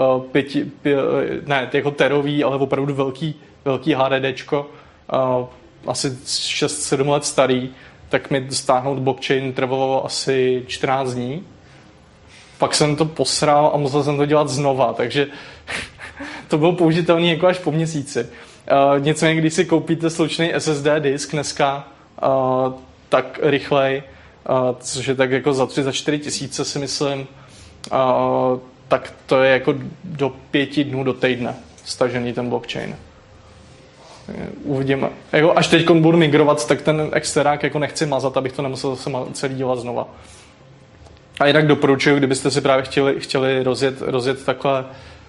ne jako terový, ale opravdu velký HDDčko, asi 6-7 let starý, tak mi stáhnout blockchain trvalo asi 14 dní. Pak jsem to posral a musel jsem to dělat znova, takže to bylo použitelné jako až po měsíci. Nicméně, když si koupíte slušný SSD disk dneska, tak rychlej, což je tak jako za 3-4 tisíce si myslím, tak to je jako do 5 dnů do týdne stažený ten blockchain. Uvidíme. Jako až teď budu migrovat, tak ten exterák jako nechci mazat, abych to nemusel celý dělat znova. A jinak doporučuji, kdybyste si právě chtěli rozjet takhle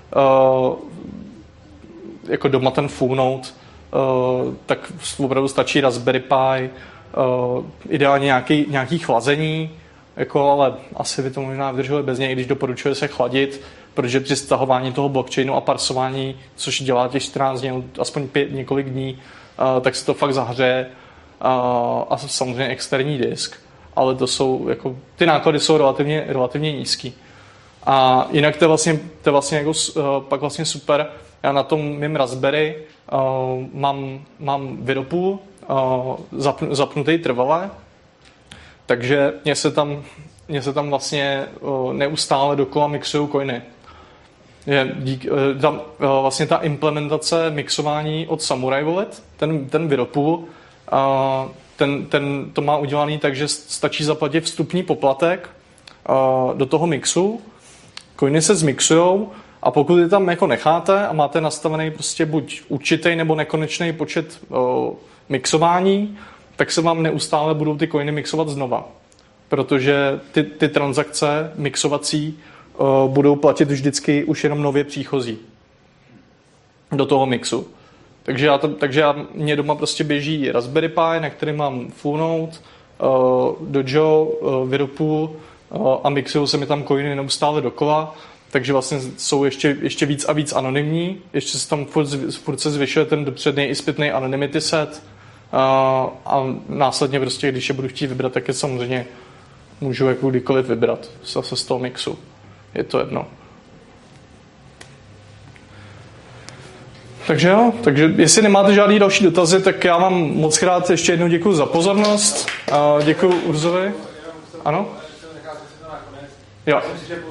jako doma ten full node, tak opravdu stačí Raspberry Pi, ideálně nějaký chlazení, jako, ale asi by to možná vydrželo bez něj, když doporučuje se chladit, protože při stahování toho blockchainu a parsování, což dělá těch 14 dní, aspoň několik dní, tak se to fakt zahřeje a samozřejmě externí disk. Ale to jsou, jako, ty náklady jsou relativně nízký. A jinak to je vlastně jako, pak vlastně super. Já na tom mým Raspberry mám Whirlpool zapnutý trvale, takže mě se tam vlastně neustále dokola mixují coiny. Vlastně ta implementace mixování od Samurai Wallet, ten Whirlpool, to má udělaný tak, že stačí zaplatit vstupní poplatek do toho mixu, coiny se zmixujou a pokud je tam jako necháte a máte nastavený prostě buď určitý nebo nekonečný počet mixování, tak se vám neustále budou ty coiny mixovat znova. Protože ty transakce mixovací budou platit vždycky už jenom nově příchozí do toho mixu. Takže mě doma prostě běží Raspberry Pi, na který mám full node, Dojo, Whirlpool a mixují se mi tam coiny neustále dokola, takže vlastně jsou ještě víc a víc anonymní, ještě se tam furt se zvyšuje ten dopředný i zpětný anonymity set a následně prostě, když je budu chtít vybrat, tak je samozřejmě můžu jako kdykoliv vybrat zase z toho mixu. Je to jedno. Takže jo, takže jestli nemáte žádný další dotazy, tak já vám moc krát ještě jednou děkuji za pozornost. Děkuji Urzovi. Ano? Jo.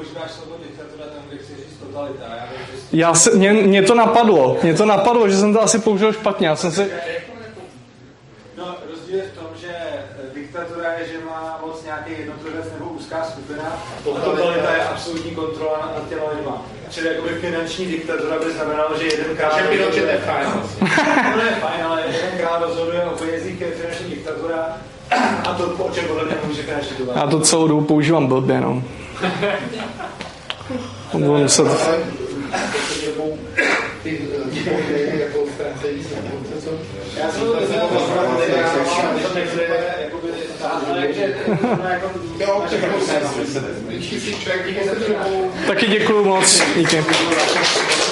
Mě to napadlo, že jsem to asi použil špatně. Já jsem si... No, rozdíl je v tom, že diktatura je, že má moc nějaký jednotlivec nebo úzká skupina a totalita je absolutní kontrola nad těma lidma. Čili jakoby finanční diktatura by znamenalo, že jeden král... Takže Pinochet je fajn. To je fajn, ale jeden král rozhoduje o penězích, je finanční diktatura a to, o čem podle mě může finanční diktatura. Já to celou dobu používám blbě, no. Budu muset... Já jsem to Taky děkuju moc. Díky.